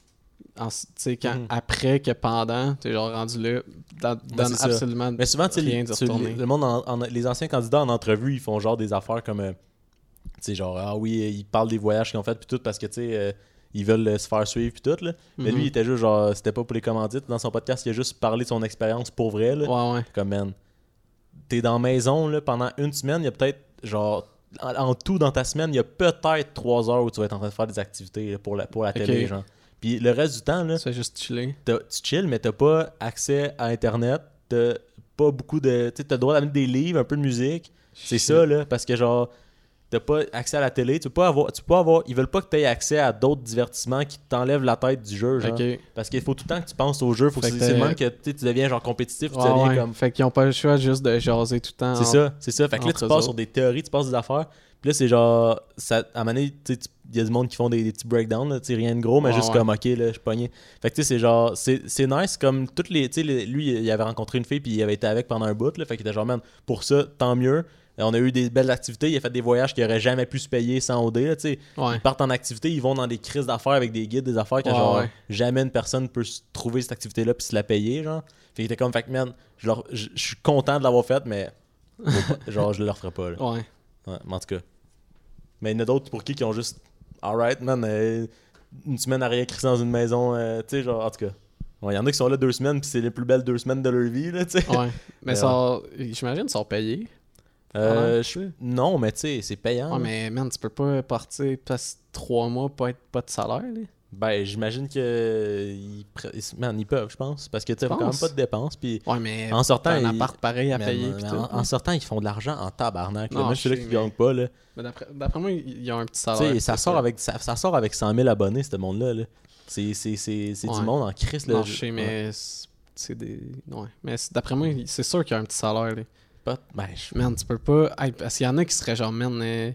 en- tu sais, quand Mhm. après que pendant, t'es genre rendu là, dans- donne c'est ça. absolument Mais souvent, tu sais, rien les, de tu- retourner. les- le monde en- en- les anciens candidats en entrevue, ils font genre des affaires comme, euh, tu sais, genre, ah oui, ils parlent des voyages qu'ils ont fait, puis tout, parce que, tu sais, euh, ils veulent euh, se faire suivre, puis tout, là. Mais Mhm. lui, il était juste genre, c'était pas pour les commandites. Dans son podcast, il a juste parlé de son expérience pour vrai, là. Ouais, ouais. Comme, man, t'es dans la maison, là, pendant une semaine, il y a peut-être, genre, en, en tout, dans ta semaine, il y a peut-être trois heures où tu vas être en train de faire des activités là, pour la, pour la télé, Ok. genre. Puis le reste du temps, là, Tu fais juste chiller. t'as- tu chill, mais t'as pas accès à Internet, t'as pas beaucoup de... Tu sais, t'as le droit d'amener des livres, un peu de musique. C'est Shit. ça, là, parce que, genre, t'as pas accès à la télé, tu peux pas avoir... Tu peux pas avoir... Ils veulent pas que t'aies accès à d'autres divertissements qui t'enlèvent la tête du jeu, genre. Ok. Parce qu'il faut tout le temps que tu penses au jeu, faut que Fait c'est que c'est le t'as- même que tu sais, tu deviens, genre, compétitif, tu Ouais, deviens ouais. comme... Fait qu'ils ont pas le choix juste de jaser tout le temps. C'est en- ça, c'est ça. Fait que là, entre tu eux passes autres. sur des théories, tu passes des affaires. Puis là, c'est genre, ça, à un moment donné, tu sais, tu- il y a du monde qui font des, des petits breakdowns, là, tu sais, rien de gros, mais Ouais, juste ouais. comme, ok, là, je suis pogné. Fait que tu sais, c'est genre, c'est, c'est nice, comme toutes les, tu sais, les- lui, il avait rencontré une fille, puis il avait été avec pendant un bout, là, fait qu'il était genre, man, pour ça, tant mieux. On a eu des belles activités, il a fait des voyages qu'il aurait jamais pu se payer sans O D, là, tu sais. Ouais. Ils partent en activité, ils vont dans des crises d'affaires avec des guides, des affaires que Ouais, genre ouais. jamais une personne peut se trouver cette activité-là puis se la payer, genre. Fait qu'il était comme, fait que man, je, leur- je- je suis content de l'avoir faite, mais faut pas- genre je le referai pas, là. Ouais. Ouais, mais en tout cas. Mais il y en a d'autres pour qui qui ont juste, alright, man, euh, une semaine à rien crisser dans une maison, euh, tu sais, genre, en tout cas. Ouais, il y en a qui sont là deux semaines puis c'est les plus belles deux semaines de leur vie, là, tu sais. Ouais. Mais Mais ça, j'imagine qu'ils sont payés. Euh, Ouais, je- non, mais tu sais, c'est payant. Ouais, là. mais man, tu peux pas partir passer trois mois pas être pas de salaire, là. Ben, j'imagine que ils, pre- ils- man, ils peuvent, je pense, parce que tu sais, quand même penses? pas de dépenses, puis Ouais, mais en sortant, t'as un ils- appart pareil à man, payer. man, pis en, tout, en sortant, ils font de l'argent en tabarnak. là. Non, Moi, je suis là je qui sais, gagne pas, là. Mais d'après, d'après moi, il y a un petit Tu salaire. sais, ça c'est sort avec ça, ça sort avec cent mille abonnés, ce monde-là. Là. C'est, c'est, c'est, c'est Ouais. du monde en crise, là. Non, je sais, mais c'est- c'est des. Ouais. Mais c'est- d'après moi, c'est sûr qu'il y a un petit salaire, là. Pas- ben, je- Man, tu peux pas. Hey, parce qu'il y en a qui seraient genre, man, euh,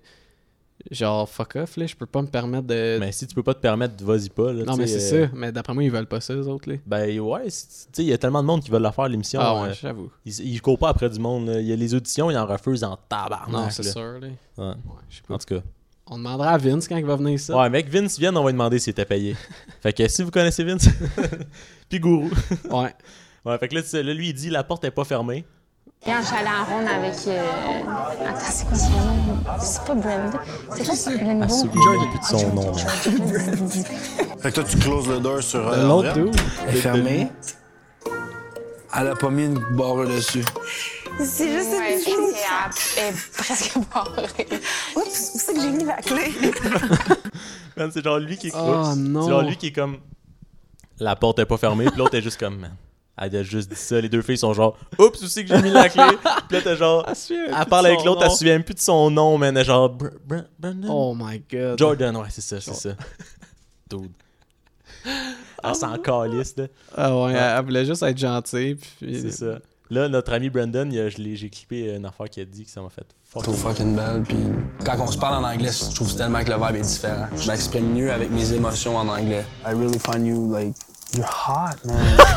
genre, fuck off, là. Je peux pas me permettre de. mais si tu peux pas te permettre, vas-y pas. Là, non, tu mais sais, c'est euh, ça. Mais d'après moi, ils veulent pas ça, eux autres, là. Ben, ouais, c'est- tu sais, il y a tellement de monde qui veulent la faire, l'émission. Ah ouais, euh, j'avoue. ils, ils courent pas après du monde. là. Il y a les auditions, ils en refusent en tabarnak. Non, c'est là. sûr, là. Ouais. Ouais, je sais pas. En tout cas. On demandera à Vince quand il va venir ici. Ouais, mec, Vince vienne, on va lui demander s'il était payé. Fait que si vous connaissez Vince, puis Gourou. Ouais. Ouais, fait que là, tu sais, là, lui, il dit la porte est pas fermée. Quand je suis allée en ronde avec. Euh... Attends, c'est quoi son nom? C'est pas Brenda. C'est quoi ça? Elle Rainbow? se souvient plus de son nom. Fait que toi, tu closes le door sur euh, L'autre Andrea. dude. Elle est fermée. Elle a pas mis une barre dessus. C'est juste Ouais, une c'est chose. elle est presque barrée. Oups, c'est pour ça que j'ai mis la clé. Man, c'est genre lui qui est Oh, oups. non. C'est genre lui qui est comme la porte est pas fermée, puis l'autre est juste comme man. Elle a juste dit ça, les deux filles sont genre oups, aussi que j'ai mis la clé. Puis là t'es genre elle parle avec l'autre, elle se souvient même plus de son nom, man, elle est genre Br- Br- Brandon. Oh my god. Jordan, ouais, c'est ça, c'est ça. Dude. Elle s'en calisse, là. Ah ouais, elle, elle voulait juste être gentille. Puis... C'est ça. Là, notre ami Brandon, il a- je l'ai- j'ai clippé une affaire qu'il a dit que ça m'a fait Je fuck. trouve fucking belle, puis quand on se parle en anglais, je trouve tellement que le vibe est différent. Je m'exprime mieux avec mes émotions en anglais. I really find you, like, you're hot, man.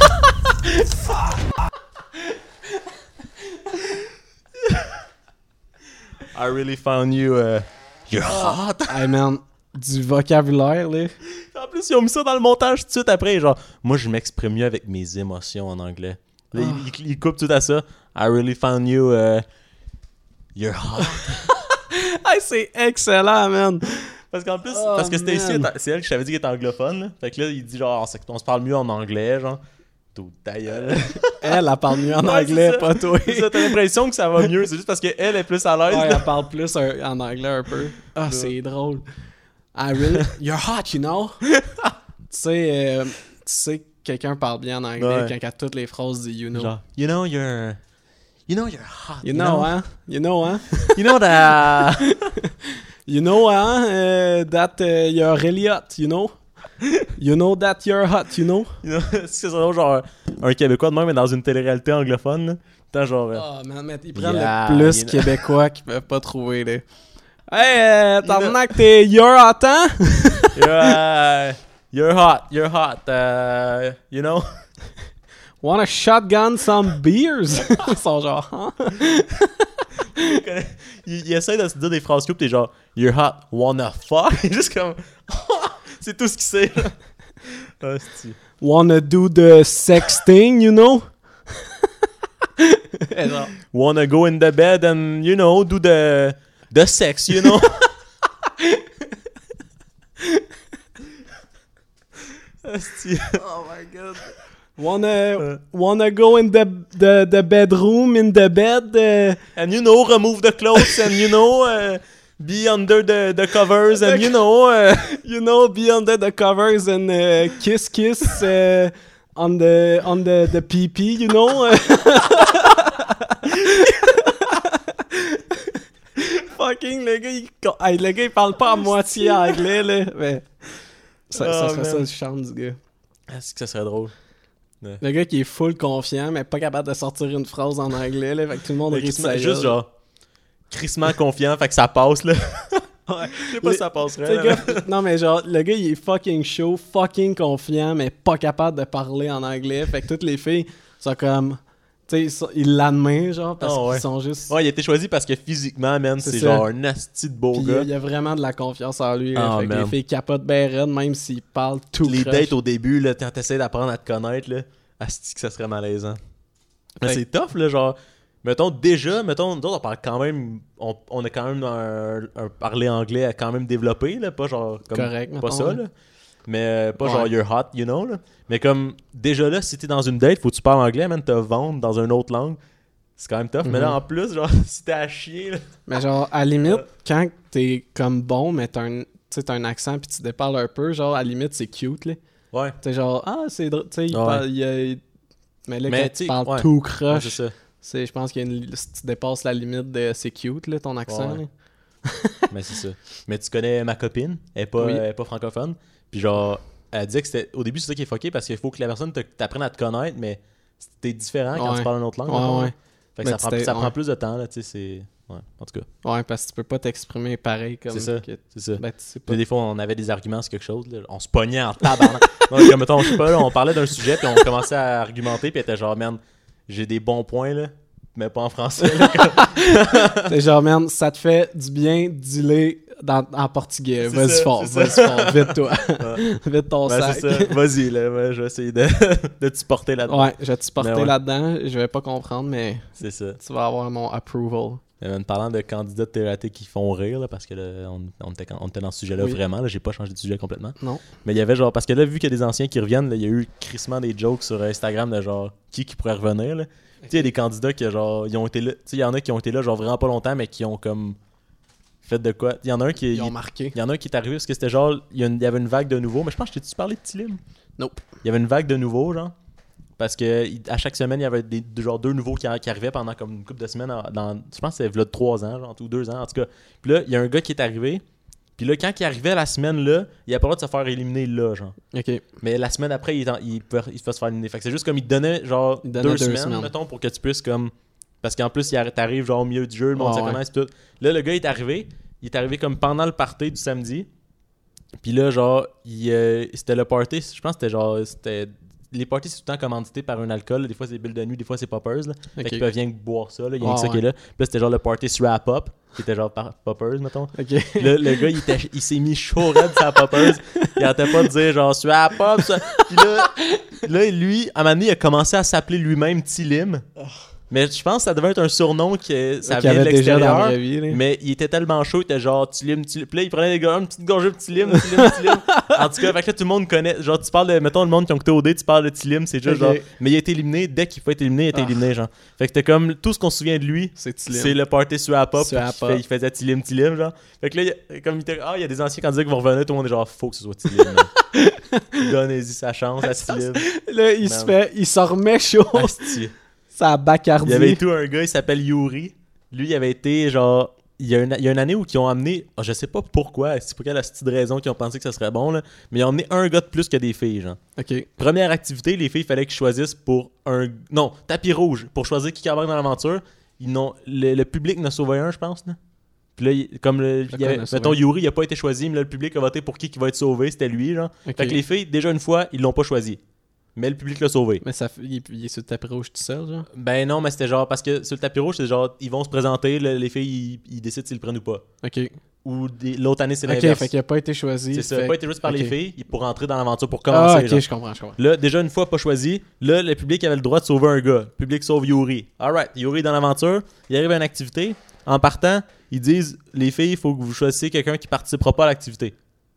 I really found you, uh, you're hot. Hey man, du vocabulaire, là. En plus, ils ont mis ça dans le montage tout de suite après. Genre, moi, je m'exprime mieux avec mes émotions en anglais. Là, il, il, il coupe tout à ça. I really found you, uh, you're hot. Hey, c'est excellent, man. Parce qu'en plus, Oh, parce que c'était ici, man. c'est elle que je t'avais dit qu'elle était anglophone. Là. Fait que là, il dit genre, c'est qu'on se parle mieux en anglais, genre. Tout ta gueule. Elle, elle parle mieux en Ouais, anglais, c'est ça. pas toi. C'est ça, t'as l'impression que ça va mieux. C'est juste parce qu'elle est plus à l'aise. Ouais, là. elle parle plus un- en anglais un peu. Ah, c'est drôle. I really... You're hot, you know? tu sais, euh, tu sais que quelqu'un parle bien en anglais Ouais. quand il a toutes les phrases du you know. Genre, you know, you're. You know, you're hot. You know, hein? You know, hein? You know that. You know, hein? Uh, that uh, you're really hot, you know? You know that you're hot, you know? You know, c'est ça, genre un Québécois de même, mais dans une télé-réalité anglophone. Là. Tant genre. euh, Oh, man, mais ils prennent Yeah, le plus you know. québécois qu'ils peuvent pas trouver, là. Hey, euh, t'as que t'es you're hot, hein? you're, uh, you're hot, you're hot, uh, you know? Wanna shotgun some beers? Ils sont genre, hein? il, il essaie de se dire des phrases coupes, t'es genre, you're hot, wanna fuck? Juste comme. C'est tout ce qu'il sait. là. Ah, c'est-tu. Wanna do the sex thing, you know? Et genre, Wanna go in the bed and, you know, do the, the sex, you know? Ah, c'est-tu. oh my god. Wanna, wanna go in the, the, the bedroom, in the bed? Uh, And you know, remove the clothes and you know, uh, be under the, the covers and you know, uh, you know, be under the covers and uh, kiss, kiss uh, on the on the the pee-pee, you know. Fucking le gars, il, hey, le gars il parle pas à moitié anglais là, mais ça, ça Oh, serait man. ça le charme du gars. est-ce que ça serait drôle? Le gars qui est full confiant mais pas capable de sortir une phrase en anglais là, fait que tout le monde rit de sa Juste gueule. genre, crissement confiant, fait que ça passe là. Ouais. Je sais pas Les- si ça Tu passerait. sais, là. gars, non, mais genre, le gars, il est fucking chaud, fucking confiant, mais pas capable de parler en anglais. Fait que toutes les filles sont comme. Tu sais, ils sont- ils l'admirent, genre, parce Ah, qu'ils ouais. sont juste. Ouais, il a été choisi parce que physiquement, man, C'est c'est ça. genre un asti de beau Puis il y gars. a- il y a vraiment de la confiance en lui. là. Ah, fait que les man. filles capotent bien raide, même s'ils parlent tout Les croche. dates au début, là, quand t'essaies d'apprendre à te connaître, là, asti que ça serait malaisant. Mais Fait- c'est tough, là, genre. Mettons, déjà, mettons, nous autres, on parle quand même. On, on a quand même un, un parler anglais à quand même développé, là. Pas genre. Comme, Correct, Pas mettons, ça, là. là. Mais euh, pas Ouais. genre you're hot, you know, là. Mais comme, déjà là, si t'es dans une date, faut que tu parles anglais, man, te vendre dans une autre langue. C'est quand même tough. Mais là, Mhm. en plus, genre, si t'es à chier, là. Mais genre, à la limite, quand t'es comme bon, mais t'as un, tu sais, t'as un accent puis tu déparles un peu, genre, à la limite, c'est cute, là. Ouais. Tu sais, genre, ah, c'est drôle, tu sais, il Ouais. parle- il y a- Mais là, Mais quand tu sais, tu parles ouais. tout Ouais, croche, c'est ça. c'est, je pense qu'il y a une, li- si tu dépasses la limite de c'est cute, là, ton accent. Ouais. là. Mais c'est ça. Mais tu connais ma copine, elle est pas, Oui. elle est pas francophone. Puis genre, elle disait que c'était. Au début, c'est ça qui est fucké parce qu'il faut que la personne te- t'apprenne à te connaître, mais t'es différent quand Ouais. tu parles une autre langue. Ouais, mettons, ouais. là. Fait que Mais ça, tu prend, t'es- ça ouais. prend plus de temps, là, tu sais, c'est. Ouais, en tout cas. Ouais, parce que tu peux pas t'exprimer pareil comme. C'est ça. que- C'est ça. Ben, tu sais pas. Puis des fois, on avait des arguments sur quelque chose, là. On se pognait en tabarnak. Donc, comme, mettons, je sais pas, là, on parlait d'un sujet, puis on commençait à argumenter, puis elle était genre, man, j'ai des bons points, là, mais pas en français. là. C'est genre, man, ça te fait du bien, dis-le dans, en portugais. C'est Vas-y ça, fort, c'est vas-y ça. fort, vite toi. Vite ton Ben, sac. c'est ça. Vas-y, là. Ouais, je vais essayer de, de te supporter là-dedans. Ouais, je vais te supporter Mais ouais. là-dedans. Je vais pas comprendre, mais C'est ça. tu vas avoir mon approval. Mais en parlant de candidats de télé qui font rire, là, parce que là, on, on, était, on était dans ce sujet-là Oui. vraiment, là, j'ai pas changé de sujet complètement. Non. Mais il y avait genre, parce que là, vu qu'il y a des anciens qui reviennent, là, il y a eu crissement des jokes sur Instagram de genre qui qui pourrait revenir. Là. Tu sais, il y a des candidats qui genre, ils ont été là, tu sais, il y en a qui ont été là genre vraiment pas longtemps, mais qui ont comme fait de quoi. Il y en a un qui Ils ont il- marqué. il y en a un qui est arrivé parce que c'était genre, il y, a une- il y avait une vague de nouveaux, mais je pense que je t'ai-tu parlé de Tilim? Nope. Il y avait une vague de nouveaux, genre. Parce que il- à chaque semaine, il y avait des, de- genre deux nouveaux qui, qui arrivaient pendant comme une couple de semaines. en- Dans, je pense que c'était là de trois ans, genre, ou deux ans, en tout cas. Puis là, il y a un gars qui est arrivé. Puis là, quand il arrivait la semaine là, il a pas le droit de se faire éliminer là, genre. Ok. Mais la semaine après, il, est en- il, peut, il peut se faire éliminer. Fait que c'est juste comme il te donnait genre Il donnait deux, deux semaines, semaines. mettons, pour que tu puisses comme. Parce qu'en plus, il arri- t'arrives genre au milieu du jeu, le monde Ouais, se ouais. connaît, pis tout. Là, le gars est arrivé. Il est arrivé comme pendant le party du samedi. Puis là, genre, il, euh, c'était le party. Je pense que c'était genre. C'était... Les parties, c'est tout le temps commandité par un alcool. Des fois, c'est Bill de nuit, des fois, c'est Poppers. Là. Fait Ok. qu'ils peuvent rien que boire ça. Là. Il y a rien Ah, que ça qui est ouais. là. Puis là, c'était genre le party sur la pop, qui était genre par Poppers, mettons. Ok. Puis là, le gars, il, était, il s'est mis chaud raide sur la Poppers. Il arrêtait pas de dire genre sur la pop. Ça. Puis là, là, lui, à un moment donné, il a commencé à s'appeler lui-même Tilim. Mais je pense que ça devait être un surnom que ça Qu'il y vient de avait déjà dans la l'extérieur. vraie vie, là. Mais il était tellement chaud, il était genre Tilim, Tilim. Puis là, il prenait des gars, une petite gorgée de Tilim, Tilim, Tilim. En tout cas, fait que là, tout le monde connaît. Genre, tu parles de, mettons, le monde qui ont écouté O D, tu parles de Tilim, c'est juste Ok. genre. Mais il a été éliminé, dès qu'il faut être éliminé, il a été Ah. éliminé, genre. Fait que c'était comme tout ce qu'on se souvient de lui. C'est Tilim. C'est le party sur la pop. Sur la puis pop. Il, fait- il faisait Tilim, Tilim, genre. Fait que là, il y a- comme il était. Ah, il y a des anciens candidats qui vont revenir, tout le monde est genre, faut que ce soit Tilim. man. Donnez-y sa chance à Tilim. Là, il se Man. fait, il s'en remet chaud. Asti. Ça a Il bacardé. y avait tout un gars, il s'appelle Yuri. Lui, il avait été genre. Il y, a une, il y a une année où ils ont amené. Oh, je sais pas pourquoi, c'est pour quelle petite raison qu'ils ont pensé que ça serait bon, là. Mais ils ont amené un gars de plus que des filles, genre. Ok. Première activité, les filles, il fallait qu'ils choisissent pour un. Non, tapis rouge. Pour choisir qui embarque dans l'aventure. Ils n'ont... Le, le public en a sauvé un, je pense, là. Puis là, il- comme le, il y avait- en a sauvé mettons, un? Yuri, il a pas été choisi, mais là, le public a voté pour qui qui va être sauvé, c'était lui, genre. Ok. Fait que les filles, déjà une fois, ils l'ont pas choisi. Mais le public l'a sauvé. Mais ça, fait- il, il est sur le tapis rouge tout seul, genre. Ben non, mais c'était genre, parce que sur le tapis rouge, c'est genre, ils vont se présenter, le- les filles, ils, ils décident s'ils le prennent ou pas. Ok. Ou des- l'autre année, c'est Ok, l'inverse. fait qu'il a pas été choisi. C'est ça, fait- pas été juste par les ok. filles, ils- pour rentrer dans l'aventure, pour commencer. Ah, ok, genre. je comprends, je comprends. Là, déjà une fois pas choisi, là, le public avait le droit de sauver un gars. Le public sauve Yuri. Alright, Yuri est dans l'aventure, il arrive à une activité. En partant, ils disent, les filles, il faut que vous choisissiez quelqu'un qui participera pas à l'activité.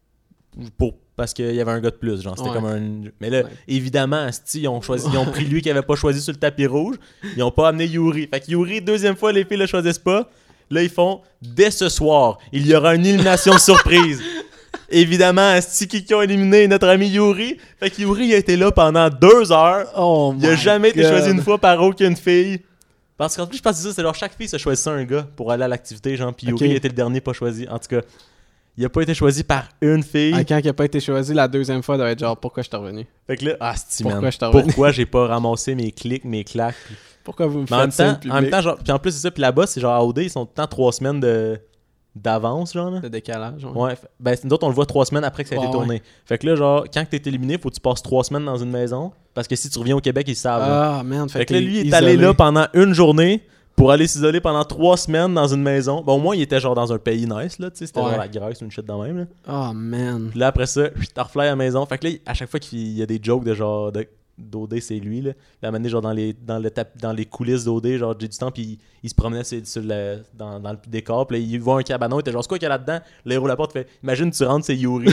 Pour, parce qu'il y avait un gars de plus, genre, c'était Ouais. comme un... Mais là, Ouais. évidemment, asti, ils ont, choisi, ils ont pris lui qui avait pas choisi sur le tapis rouge, ils ont pas amené Yuri. Fait que Yuri, deuxième fois, les filles le choisissent pas. Là, ils font, dès ce soir, il y aura une élimination surprise. Évidemment, asti, qui qui ont éliminé notre ami Yuri. Fait que Yuri, il a été là pendant deux heures. Oh Il a my jamais été God. choisi une fois par aucune fille. Parce qu'en plus, je pense que c'est ça, c'est genre chaque fille se choisissait un gars pour aller à l'activité, genre, puis Yuri Ok. il était le dernier pas choisi. En tout cas, il a pas été choisi par une fille. Ah, quand il a pas été choisi, la deuxième fois, il doit être genre, pourquoi je suis revenu? Fait que là, ah, c'ti, Pourquoi man, je t'en revenais? pourquoi j'ai pas ramassé mes clics, mes claques. puis- Pourquoi vous me Mais en même faites ça, temps, le en même public? temps, genre, puis en plus, c'est ça, puis là-bas, c'est genre à O D, ils sont tout le temps trois semaines de d'avance, genre. Là. Le décalage, ouais. Ouais, f- ben nous autres on le voit trois semaines après que ça a été Ouais, tourné. Fait que là, genre, quand t'es éliminé, faut que tu passes trois semaines dans une maison. Parce que si tu reviens au Québec, ils savent. là. Ah, merde, Fait que là, lui, il est allé là pendant une journée pour aller s'isoler pendant trois semaines dans une maison. Bon, au moins, il était genre dans un pays nice, là, tu sais, c'était Ouais. genre la Grèce ou une shit de même, là. Oh, man. Puis là, après ça, t'en refly à la maison. Fait que là, à chaque fois qu'il y a des jokes de genre de d'O D, c'est lui, là. La manière, genre, dans les, dans le tap, dans les coulisses d'O D, genre, j'ai du temps, puis il, il se promenait sur, sur le, dans, dans le décor, puis là, il voit un cabanon, il était genre, c'est quoi qu'il y a là-dedans? Là, il roule la porte, il fait, imagine, tu rentres, c'est Yuri.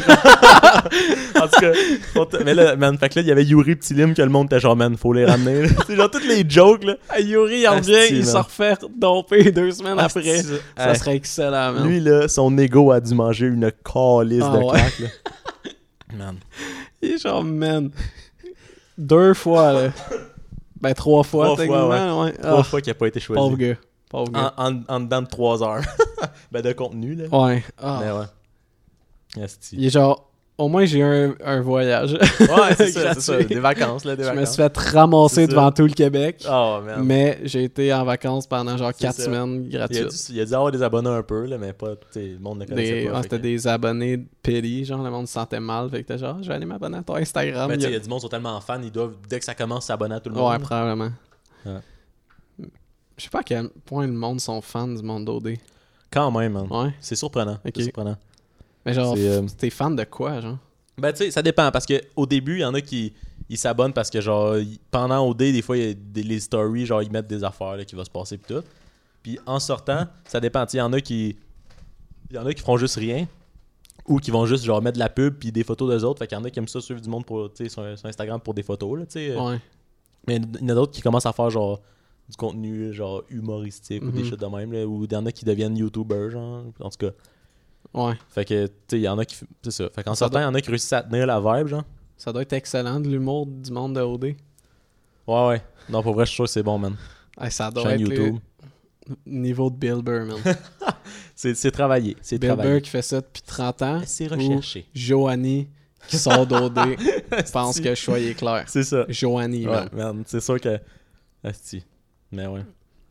En tout cas, on t- mais là, man, fait que là, il y avait Yuri pis Tilim que le monde était genre, man, faut les ramener, là. C'est genre, toutes les jokes, là. Ah, Yuri, il Asti, revient, il man. se refait domper deux semaines Asti, après. ça. Ça Hey. serait excellent, man. Lui, là, son ego a dû manger une calice Ah de ouais. claques, là. Man. Il est genre, man. Deux fois, là. Ben, trois fois, Trois fois, techniquement, ouais. Trois Ah, fois qu'il a pas été choisi. pauvre gars. Pauvre gars. En, en, en dedans de trois heures. Ben, de contenu, là. Ouais. Ah. Mais ouais. Asti. Il est genre, au moins, j'ai eu un, un voyage. Ouais, c'est ça, c'est ça. Gratuit. Des vacances, là, des Je me vacances. suis fait ramasser C'est ça. devant tout le Québec. Oh, man. Mais j'ai été en vacances pendant genre C'est quatre ça. semaines Il a, dû, gratuites. il a dû avoir des abonnés un peu, là, mais pas, tu sais, le monde ne connaissait Des, pas. ouais, fait c'était que- des abonnés de pity, genre le monde se sentait mal, fait que t'es genre, je vais aller m'abonner à ton Instagram. Mais Il tu y sais, a- il y a du monde qui sont tellement fans, ils doivent, dès que ça commence, s'abonner à tout le monde. Ouais, probablement. Ouais. Je sais pas à quel point le monde sont fans du monde d'O D. Quand même, man. Ouais. C'est surprenant. Ok. C'est surprenant. Mais genre, C'est, euh, t'es fan de quoi, genre? Ben, tu sais, ça dépend. Parce qu'au début, il y en a qui ils s'abonnent parce que, genre, ils- pendant O D, des fois, il y a des, les stories, genre, ils mettent des affaires là, qui vont se passer pis tout. Puis en sortant, ça dépend. Tu sais, il y en a qui. Il y en a qui feront juste rien. Ou qui vont juste, genre, mettre de la pub puis des photos d'eux autres. Fait qu'il y en a qui aiment ça suivre du monde pour, tu sais, sur, sur Instagram pour des photos, là, tu sais. Ouais. Mais il y en a d'autres qui commencent à faire, genre, du contenu, genre, humoristique ou des Mhm. shit de même, là. Ou il y en a qui deviennent YouTubers, genre. En tout cas. Ouais. Fait que, tu sais, il y en a qui. C'est ça. Fait qu'en Ça sortant, il doit- y en a qui réussissent à tenir la vibe, genre. Ça doit être excellent de l'humour du monde de O D. Ouais, ouais. Non, pour vrai, je suis sûr que c'est bon, man. Hey, ça doit Chaîne être YouTube. le niveau de Bill Burr, man. C'est, c'est travaillé. C'est Bill travaillé. Burr qui fait ça depuis trente ans. C'est ou recherché. Joanie qui sort d'O D pense que le choix est clair. C'est ça. Joanie, Ouais, man. man. C'est sûr que. Asti. Mais ouais.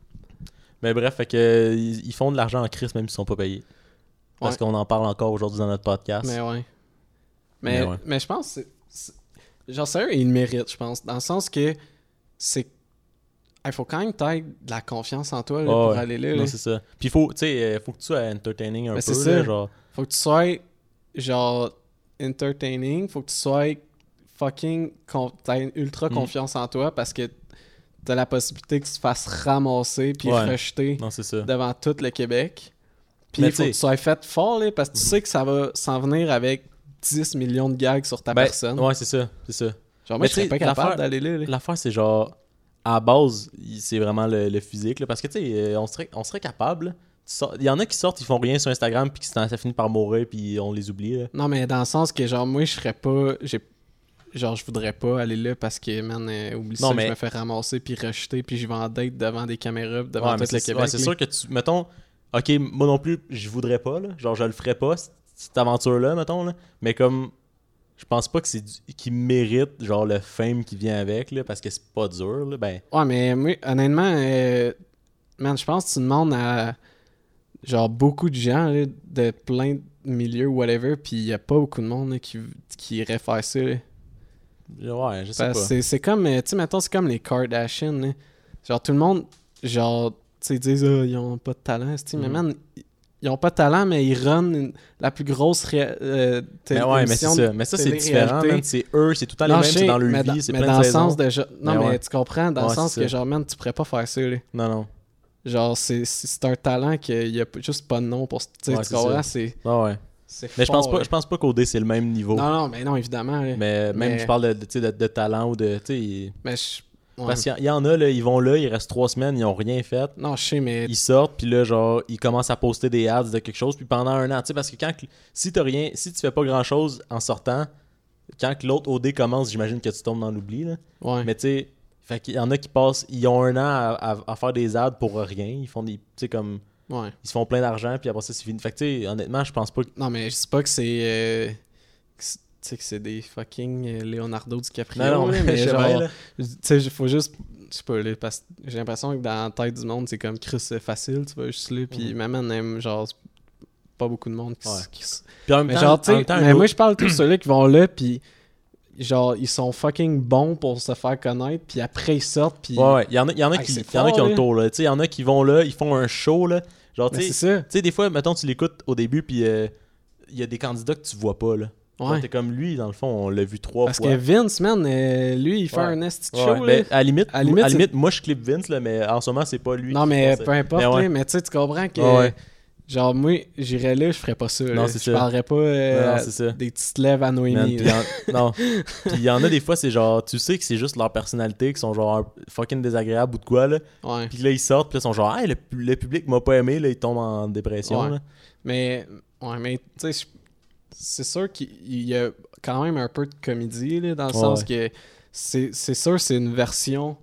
Mais bref, fait que euh, ils ils font de l'argent en crise même s'ils sont pas payés. Parce Ouais. qu'on en parle encore aujourd'hui dans notre podcast. Mais ouais. Mais, Mais ouais. mais je pense que c'est- c'est- genre sérieux, il le mérite, je pense. Dans le sens que c'est. Il faut quand même t'aies de la confiance en toi là, Ouais, pour ouais. aller là. Non, là. c'est ça. Puis faut, tu sais, euh, faut que tu sois entertaining un Mais peu. c'est là, ça. genre. Faut que tu sois genre entertaining, faut que tu sois fucking con- t'as une ultra Mm. confiance en toi parce que t'as la possibilité que tu te fasses ramasser puis Ouais. rejeter Non, c'est ça. devant tout le Québec. Puis Mais il faut que t'sais- tu sois fait fort là, parce que tu sais que ça va s'en venir avec dix millions de gags sur ta Ben, personne. Ouais, c'est ça. C'est ça. Genre moi Mais je serais t'sais, pas capable l'affaire- d'aller là. là. L'affaire, c'est genre. À la base, il- c'est vraiment le, le physique. Là, parce que, tu sais, euh, on serait, on serait capable. là. Tu sors- Il y en a qui sortent, ils font rien sur Instagram, puis que ça ça finit par mourir, puis on les oublie. Là. Non mais dans le sens que genre moi je serais pas j'ai genre je voudrais pas aller là parce que man euh, oublie Non, ça mais- je me fais ramasser puis rejeter puis je vais en date devant des caméras devant Ouais, mais tout le c'est Québec. ouais, c'est là. sûr que tu. Mettons, ok, moi non plus, je voudrais pas. Là. Genre, je le ferais pas, cette, cette aventure-là, mettons. Là. Mais comme. Je pense pas que c'est du- qu'il mérite genre le fame qui vient avec là, parce que c'est pas dur là. Ben Ouais, mais moi, honnêtement, euh, man, je pense que tu demandes à genre beaucoup de gens là, de plein de milieux, whatever, puis il y a pas beaucoup de monde là, qui, qui irait faire ça. là. ouais, je sais Parce que pas. c'est c'est comme, euh, tu sais, mettons, c'est comme les Kardashians. là. Genre, tout le monde, genre, tu sais, ils disent, ah, ils ont pas de talent, c'ti, mais Mhm. man, ils ont pas de talent, mais ils runnent une- la plus grosse ré- euh, Mais té- ouais, mais c'est émission de ça. Mais ça, c'est différent, télé-réalité. man. C'est eux, c'est tout le temps les Non, mêmes, je c'est sais, dans leur mais vie, dans- c'est mais plein dans de le saisons. sens de genre- non Mais mais ouais. tu comprends dans Ouais, le sens c'est que ça. genre man tu pourrais pas faire ça là. Non, non. Genre c'est c'est c'est un talent qu'il y a p- juste pas de nom pour tu sais, Ouais, tu c'est comprends ça. c'est Ouais, ouais. c'est Mais je pense fort, pas, là. je pense pas qu'O D c'est le même niveau. Non non mais non évidemment là. Mais même Mais- je parle de, de, tu sais, de, de talent ou de. Tu sais, il- mais je ouais. parce qu'il y en- il y en a, là, ils vont là, ils restent trois semaines, ils ont rien fait. Non, je sais mais Ils sortent, puis là, genre, ils commencent à poster des ads de quelque chose, puis pendant un an, tu sais, parce que quand. Si t'as rien. Si tu fais pas grand chose en sortant, quand que l'autre O D commence, j'imagine que tu tombes dans l'oubli, là. ouais. Mais tu sais, fait qu'il y en a qui passent. Ils ont un an à, à- à faire des ads pour rien. Ils font des. Tu sais, comme. Ouais. Ils se font plein d'argent, puis après ça, c'est fini. Fait que, tu sais, honnêtement, je pense pas que. Non mais je sais pas que c'est euh, que c'est- tu sais que c'est des fucking euh, Leonardo DiCaprio Non, non, là, mais mais je sais genre bien, là. tu sais il faut juste je sais pas là, parce que j'ai l'impression que dans la tête du monde c'est comme Chris c'est facile tu vas juste là puis Mhm. maman aime genre c'est pas beaucoup de monde qui, s- Ouais. qui s- Puis en même mais temps, genre tu en sais même temps, mais un moi autre- je parle de tous ceux-là qui vont là puis genre ils sont fucking bons pour se faire connaître puis après ils sortent puis Ouais, ouais. Il y en a, il y en a Hey, qui, c'est il y en a qui fort, ont là. le tour, là. Tu sais, il y en a qui vont là, ils font un show, là. Genre, mais tu c'est sais, ça tu sais, des fois, mettons, tu l'écoutes au début, puis euh, il y a des candidats que tu vois pas, là. Genre, ouais t'es comme lui, dans le fond, on l'a vu trois parce fois. que Vince man euh, lui il fait Ouais. un esti de Ouais, show ouais. là. Ben, à la limite, À la limite, à la c'est- limite, moi, je clip Vince, là, mais en ce moment, c'est pas lui. Non, qui mais fait peu ça. importe, Mais ouais. là, mais tu sais, tu comprends que. Ouais, ouais. Genre, moi, j'irais là, je ferais pas ça. Non, là. c'est je ça. parlerais pas euh, Non, non, c'est ça. des petites lèvres à Man, Noémie. puis là. il y en- non. Puis il y en a des fois, c'est genre, tu sais que c'est juste leur personnalité qui sont genre un- fucking désagréables ou de quoi, là. Ouais. Puis là, ils sortent, puis là, ils sont genre, hey, le, pu- le public m'a pas aimé, là, ils tombent en dépression, Ouais. là. Mais, ouais, mais, tu sais, je- c'est sûr qu'il y a quand même un peu de comédie, là, dans le Ouais, sens ouais. que c'est c'est sûr, c'est une version,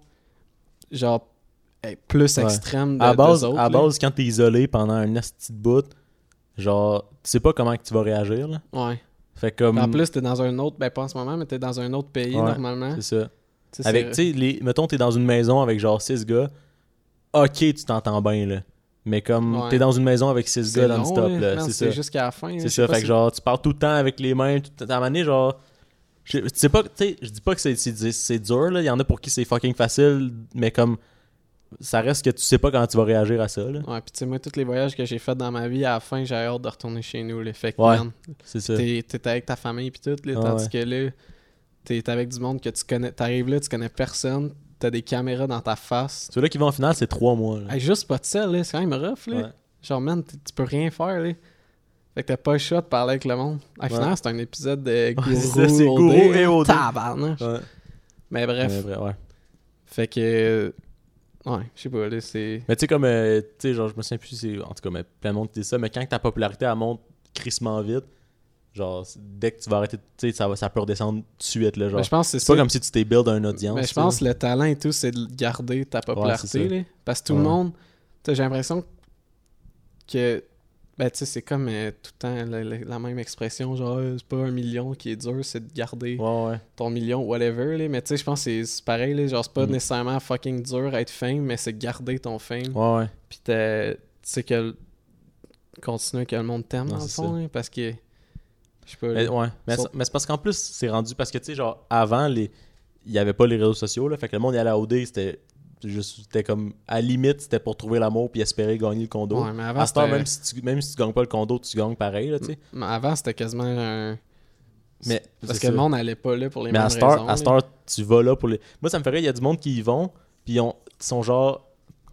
genre, eh, plus Ouais. extrême de, À base, d'eux autres, à là. base, quand t'es isolé pendant un esti de bout, genre, tu sais pas comment que tu vas réagir, là. Ouais. Fait comme. En plus, t'es dans un autre, ben pas en ce moment, mais t'es dans un autre pays, Ouais, normalement. c'est ça. Tu sais, Avec, c'est- tu sais, les- mettons, t'es dans une maison avec genre six gars. Ok, tu t'entends bien, là. Mais comme Ouais. t'es dans une maison avec six c'est gars long, non-stop, là. là. Man, C'est c'est ça. jusqu'à la fin. là, C'est je sais ça. pas Fait que si- genre, tu parles tout le temps avec les mains. Tout, à un moment donné, genre. Je tu sais pas, tu sais, je dis pas que c'est, c'est, c'est dur, là. Il y en a pour qui c'est fucking facile, mais comme. ça reste que tu sais pas quand tu vas réagir à ça, là. Ouais, puis tu sais, moi, tous les voyages que j'ai faits dans ma vie, à la fin, j'avais hâte de retourner chez nous, là. Fait que, Ouais, man, c'est ça. t'es, t'es avec ta famille, puis tout, là, Ah, tandis ouais. que là, t'es avec du monde que tu connais. T'arrives là, tu connais personne, t'as des caméras dans ta face. Ceux-là qui vont en finale, c'est trois mois, là. Hey, juste pas de sel, là, c'est quand même rough, là. Ouais. Genre, man, t- tu peux rien faire, là. Fait que t'as pas le choix de parler avec le monde. À Ouais. final, c'est un épisode de Gourou, c'est ça, c'est O D, Gourou et O D. Tabarnak. Ouais. Mais bref, Ouais, vrai, ouais. fait que... Ouais, je sais pas, là, c'est... Mais tu sais, comme, euh, tu sais, genre, je me souviens plus, c'est, en tout cas, mais plein de monde qui dit ça, mais quand ta popularité, elle monte crissement vite, genre, c'est- dès que tu vas arrêter, tu sais, ça, va- ça peut redescendre tout de suite, là, genre. Mais je pense que c'est c'est pas ça. comme si tu t'es build une audience. Mais je tu sais. pense que le talent et tout, c'est de garder ta popularité, c'est ça. là. Parce que tout le Ouais. monde... T'sais, j'ai l'impression que... Ben, tu sais, c'est comme euh, tout le temps la, la- la même expression, genre, euh, c'est pas un million qui est dur, c'est de garder Ouais, ouais. ton million, whatever, là. Mais tu sais, je pense que c'est- c'est pareil, là. Genre, c'est pas Mm. nécessairement fucking dur à être fame, mais c'est garder ton fame. Ouais, ouais. Puis t'as- tu sais que... le- Continuer que le monde t'aime, Non, dans le c'est fond, là, parce que... Je sais pas, Mais, là. ouais. Mais, Sur- c'est- mais c'est parce qu'en plus, c'est rendu, parce que, tu sais, genre, avant, les... il y avait pas les réseaux sociaux, là, fait que le monde y allait à O D, c'était juste, c'était comme, à la limite, c'était pour trouver l'amour puis espérer gagner le condo. Ouais, mais avant, À ce temps, c'était- même si, tu, même si tu gagnes pas le condo, tu gagnes pareil, là, tu sais. Mais avant, c'était quasiment un... Mais Parce c'est que le ça. monde allait pas là pour les Mais mêmes à Star, raisons. à là. Star, tu vas là pour les. Moi, ça me ferait, il y a du monde qui y vont, puis ils ont- ils sont genre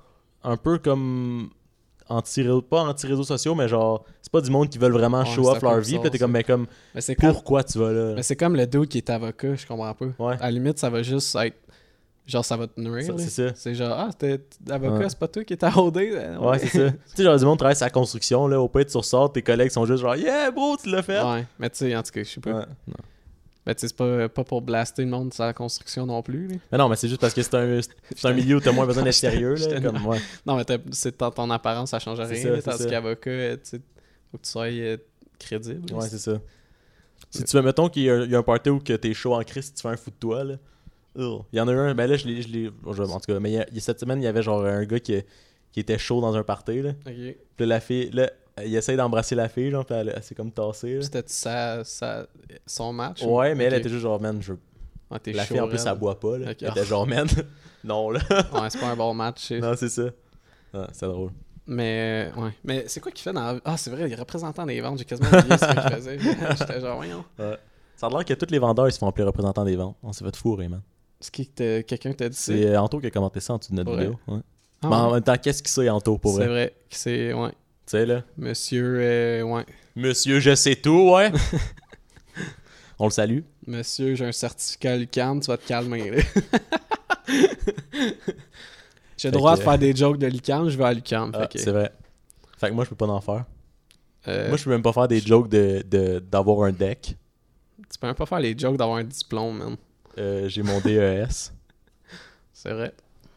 un peu comme anti pas anti-réseaux sociaux, mais genre, c'est pas du monde qui veulent vraiment Ouais, show c'est off un peu leur bizarre, vie, puis là, t'es ça. comme, mais comme, Mais c'est comme... pourquoi tu vas là? Mais c'est comme le dude qui est avocat, je comprends pas. Ouais. À la limite, ça va juste être... Genre, ça va te nourrir. Ça, là. c'est ça. C'est genre, ah, t'es avocat, Ouais. c'est pas toi qui es à O D. euh, Ouais, c'est ça. Tu sais, genre, du monde travaille sur la construction, là, au pire, tu ressors, tes collègues sont juste genre, yeah, bro, tu l'as fait! Ouais, mais tu sais, en tout cas, je sais pas. Ouais. Non. Ben, tu sais, c'est pas, pas pour blaster le monde sur la construction non plus. Là. Mais non, mais c'est juste parce que c'est un, c'est un milieu où t'as moins besoin d'être sérieux, J'étais- là. j'étais Comme, ouais. Non, mais t'as- c'est dans ton apparence, ça change C'est rien. ça, là, c'est tandis ça. qu'avocat, euh, tu sais, faut que tu sois euh, crédible. Ouais, c'est ça. Si tu veux, mettons qu'il y a, un- il y a un party où que t'es chaud en crise, tu fais un fou de toi, là. Ugh. Il y en a eu un, ben là, je l'ai. je l'ai- bon, je- En tout cas, mais il y a, il y a cette semaine, il y avait genre un gars qui, qui était chaud dans un party, là. Ok. Puis là, la fille, là, il essaye d'embrasser la fille, genre, puis elle, elle s'est comme tassée, là. C'était sa, sa, son match? Ouais, mais elle Ok. était juste genre, man, je veux. Ah, t'es La chaud, fille, en plus, raide. elle boit pas, là. Ok. Elle était genre, man, non, là. Ouais, c'est pas un bon match. c'est- Non, c'est ça. Ah, c'est drôle. Mais, euh, ouais. Mais c'est quoi qu'il fait dans la... Ah, c'est vrai, il est représentant des ventes. J'ai quasiment oublié ce qu'il faisait. J'étais genre, voyons. Ouais. Ça a l'air que tous les vendeurs, ils se font appeler représentants des ventes. On s'est fait fourrer, man. Est-ce que t'as- quelqu'un t'a dit ça? C'est euh, Anto qui a commenté ça en dessous de notre Ouais. vidéo. Ouais. Ah, Mais en ouais. même temps, qu'est-ce qu'il sait, Anto, pour C'est vrai? vrai que c'est... Ouais. Tu sais, là. Monsieur... euh, ouais. Monsieur, je sais tout, ouais. On le salue. Monsieur, j'ai un certificat Lucan, tu vas te calmer, là. J'ai le Fait droit que- de faire des jokes de Lucan, je vais à Lucan. Ah, fait que, c'est vrai. Fait que moi, je peux pas en faire. euh, Moi, je peux même pas faire des jokes de, de, d'avoir un deck. Tu peux même pas faire les jokes d'avoir un diplôme, man. Euh, j'ai mon D E S. C'est vrai.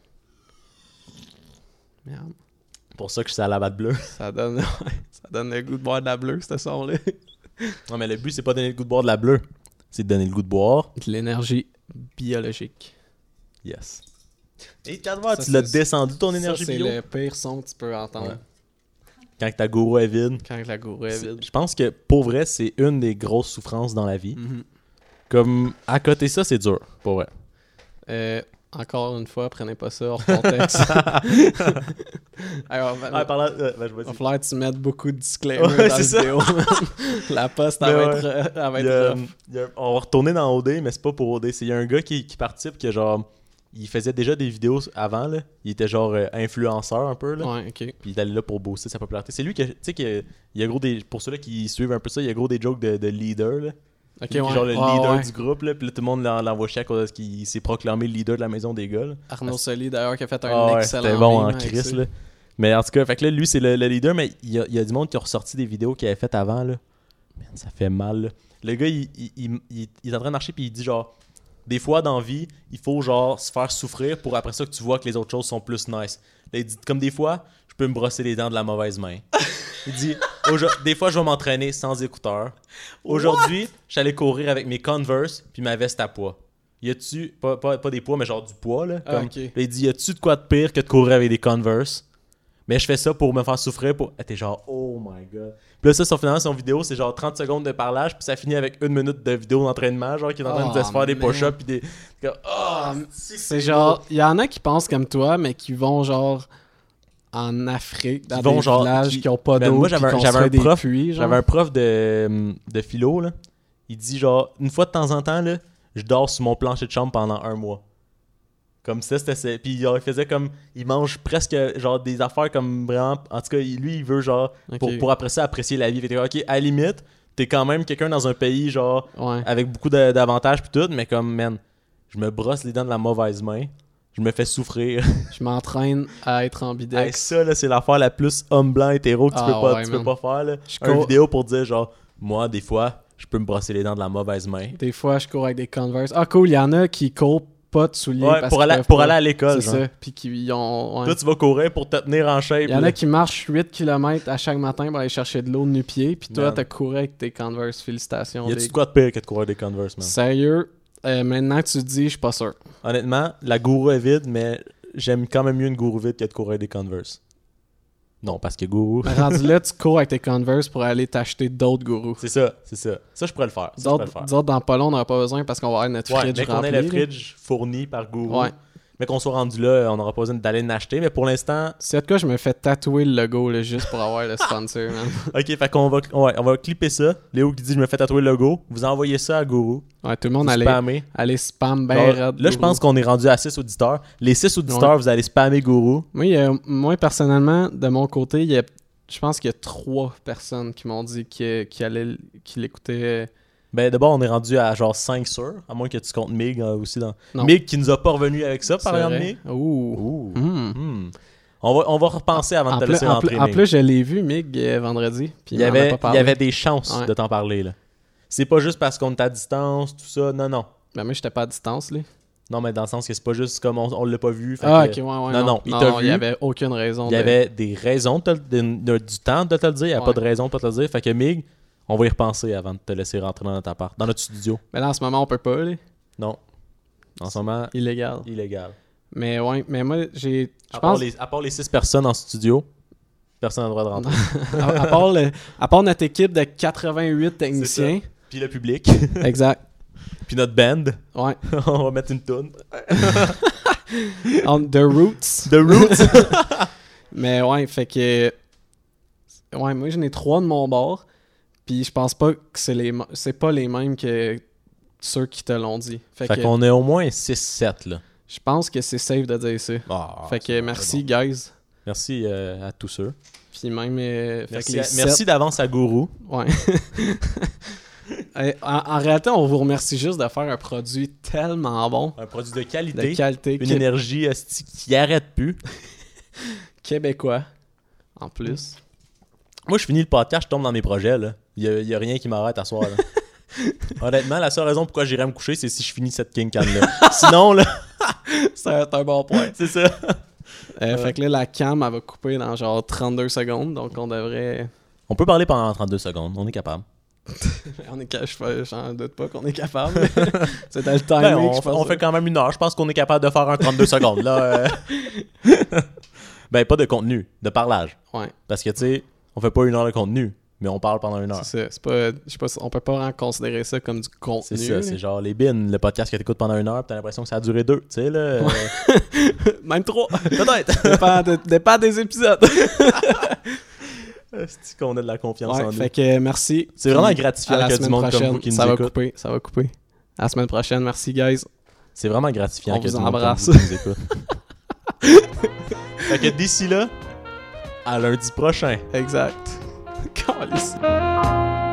Merde. Pour ça que je suis à la batte bleue. Ça donne, ouais, ça donne le goût de boire de la bleue, ce son-là. Non, mais le but, c'est pas de donner le goût de boire de la bleue. C'est de donner le goût de boire. De l'énergie biologique. Yes. Et Calvaire, Ça, tu l'as c'est- descendu ton Ça, énergie c'est bio. le pire son que tu peux entendre Ouais. Quand ta gourou est vide. quand la gourou est vide. Je pense que pour vrai, c'est une des grosses souffrances dans la vie. Mhm. Comme à côté ça, c'est dur. Pour vrai. Euh, encore une fois, prenez pas ça hors contexte. Alors, va, Ah, parlant. euh, ben, je vais va falloir que tu mettes beaucoup de disclaimers Ouais, dans la c'est ça. vidéo. man. La poste, elle Mais va ouais. être, euh, elle va Il y être a- rough. il y a- on va retourner dans O D, mais c'est pas pour O D. C'est il y a un gars qui, qui participe que genre. Il faisait déjà des vidéos avant, là. Il était genre euh, influenceur un peu, là. Ouais, ok. Puis il est allé là pour booster sa popularité. C'est lui qui, a- tu sais, que il y a gros des. Pour ceux-là qui suivent un peu ça, il y a gros des jokes de, de leader, là. Ok, Qui est ouais. genre le Ouais, leader ouais. du groupe, là. Puis là, tout le monde l'en- l'envoie chier à cause qu'il s'est proclamé le leader de la maison des gars, là. Arnaud Soli, d'ailleurs, qui a fait un Ah ouais, excellent c'était bon meme en avec Chris, ça. là. Mais en tout cas, fait que là, lui, c'est le, le leader, mais il y, a, il y a du monde qui a ressorti des vidéos qu'il avait faites avant, là. Man, ça fait mal, là. Le gars, il, il, il, il- il est en train de marcher, puis il dit genre, des fois, dans la vie, il faut genre se faire souffrir pour après ça que tu vois que les autres choses sont plus nice. Là, il dit, comme des fois, je peux me brosser les dents de la mauvaise main. Il dit, Aujourd- des fois, je vais m'entraîner sans écouteurs. Aujourd'hui, je suis allé courir avec mes Converse puis ma veste à poids. Y a-tu, pas, pas, pas des poids, mais genre du poids, là. Ah, Comme, ok. Là, il dit, y a-tu de quoi de pire que de courir avec des Converse? Mais je fais ça pour me faire souffrir. Pour... Ah, t'es genre, oh my god. Puis là, ça, sur finalement, son vidéo, c'est genre trente secondes de parlage. Puis ça finit avec une minute de vidéo d'entraînement. Genre, qui est en train Oh, de se faire des man. push-ups. Puis des. Comme, oh, C'est, c'est genre, il y en a qui pensent comme toi, mais qui vont genre en Afrique, dans Qui vont, des genre, villages qui- qui ont pas Ben, d'eau, moi, puis j'avais un- qui j'avais un construisent des prof- puits, genre. J'avais un prof de, de philo, là. Il dit genre, une fois de temps en temps, là, je dors sur mon plancher de chambre pendant un mois. Comme ça, c'était ça. Puis genre, il faisait comme. Il mange presque genre des affaires comme vraiment. En tout cas, il- lui, il veut genre. Pour, Ok. pour après ça apprécier la vie. Fait que, ok, à la limite, t'es quand même quelqu'un dans un pays genre. Ouais. Avec beaucoup de- d'avantages puis tout, mais comme, man, je me brosse les dents de la mauvaise main. Je me fais souffrir. Je m'entraîne à être Hey, ambidex. ça, là, c'est l'affaire la plus homme blanc hétéro que tu Ah, peux pas, ouais, tu peux man. pas faire. Là. Je Une cours- vidéo pour dire genre, moi, des fois, je peux me brosser les dents de la mauvaise main. Des fois, je cours avec des Converse. Ah, cool, il y en a qui courent pas de souliers. Ouais, parce pour qu'ils aller, peuvent pour pas. aller à l'école. C'est genre. ça. Puis qui ont. ouais. Toi, tu vas courir pour te tenir en shape. Il y en là. a qui marchent huit kilomètres à chaque matin pour aller chercher de l'eau de nu-pied. Puis toi, Man. t'as couru avec tes Converse. Félicitations. Y a-tu des- de quoi de pire que de courir des Converse, man? Sérieux, euh, maintenant que tu te dis, je suis pas sûr. Honnêtement, la gourou est vide, mais j'aime quand même mieux une gourou vide que de courir des Converse. Non, parce que gourou. Mais rendu là, tu cours avec tes Converse pour aller t'acheter d'autres gourous. C'est ça, c'est ça. Ça, je pourrais le faire. Ça, je pourrais D'autres, le faire. d'autres, dans pas long, on n'aura pas besoin parce qu'on va avoir notre Ouais, fridge mais qu'on rempli. ait le là. fridge fourni par gourou. Ouais. Mais qu'on soit rendu là, on n'aura pas besoin d'aller l'acheter. Mais pour l'instant, C'est de quoi je me fais tatouer le logo là, juste pour avoir le sponsor, man. ok, fait qu'on va, ouais, on va clipper ça. Léo qui dit je me fais tatouer le logo. Vous envoyez ça à Gourou. Ouais, tout le monde Vous allait, spammez. allait spam ben Genre, raide, là, je Gourou. pense qu'on est rendu à six auditeurs. Les six auditeurs, Ouais. vous allez spammer Gourou. Moi, il y a- moi, personnellement, de mon côté, il y a, je pense qu'il y a trois personnes qui m'ont dit qu'ils qu'ils allaient, qu'ils l'écoutaient. Ben d'abord, on est rendu à genre cinq sur, à moins que tu comptes Mig euh, aussi dans. Non. Mig qui nous a pas revenu avec ça, par C'est exemple, vrai. Mig. Ouh. Ouh. Hmm. Hmm. On va, on va repenser avant En, de te plus, laisser en, rentrer. plus, en Mig. plus, je l'ai vu, Mig, euh, vendredi. Puis il y m'en a avait, pas il parlé. y avait des chances Ouais. de t'en parler là. C'est pas juste parce qu'on est à distance, tout ça. Non, non. Ben, moi, j'étais pas à distance, là. Non, mais dans le sens que c'est pas juste comme on, on l'a pas vu. fait Ah, que- ok, ouais, ouais. Non, non, il t'a il vu. y avait aucune raison. Il y de- avait des raisons, de te le- de- de- du temps de te le dire. Il n'y a Ouais. pas de raison de pas te le dire. Fait que Mig, on va y repenser avant de te laisser rentrer dans notre appart, dans notre studio. Mais là, en ce moment, on peut pas, là. Non. En ce moment, Illégal. illégal. Mais ouais, mais moi, j'ai. Je À part, pense. les, à part les six personnes en studio, personne n'a le droit de rentrer. à, à part le- à part notre équipe de quatre-vingt-huit techniciens. Puis le public. Exact. Puis notre band. Ouais. On va mettre une toune. On The Roots. The Roots. Mais ouais, fait que. Ouais, moi j'en ai trois de mon bord. Puis je pense pas que c'est les m- c'est pas les mêmes que ceux qui te l'ont dit. Fait, Fait que qu'on est au moins six sept là. je pense que c'est safe de dire ça. Ah, fait c'est que bon, merci, c'est bon. guys. Merci euh, à tous ceux. Puis même. euh, fait Merci, que les à- sept- merci d'avance à Gourou. Ouais. Euh, en, en réalité, on vous remercie juste de faire un produit tellement bon, Un produit de qualité. de qualité, Une qué- énergie esti, qui arrête plus. québécois. En plus. Moi, je finis le podcast, je tombe dans mes projets. Là. Il n'y a, a rien qui m'arrête à soir. Là. Honnêtement, la seule raison pourquoi j'irai me coucher, c'est si je finis cette King Can-là. Sinon, là, C'est un, un bon point. c'est ça. Euh, Fait que là, la cam, elle va couper dans genre trente-deux secondes, donc on devrait. On peut parler pendant trente-deux secondes, on est capable. On est ca- je fais- j'en doute pas qu'on est capable. C'était le timing, Ben, on je pense. on fait quand même une heure. Je pense qu'on est capable de faire un trente-deux secondes. Là, euh. Ben, pas de contenu, de parlage. Ouais, Parce que, tu sais, on fait pas une heure de contenu, mais on parle pendant une heure. c'est ça. C'est pas, je sais pas, si- on peut pas vraiment considérer ça comme du contenu. C'est ça, là. c'est genre les bins, le podcast que t'écoutes pendant une heure, pis t'as l'impression que ça a duré deux, tu sais, là. euh, Même trois. Peut-être. dépend, de- dépend des épisodes. C'est qu'on a de la confiance Ouais, en nous. fait que merci. C'est vraiment Puis gratifiant à la qu'il y a du semaine monde comme prochaine, vous qui nous ça va écoute. couper, ça va couper. À la semaine prochaine, merci guys. C'est vraiment gratifiant On qu'il y a vous du monde comme embrasse. vous qui nous écoute. Fait que d'ici là, à lundi prochain. Exact. Calisse.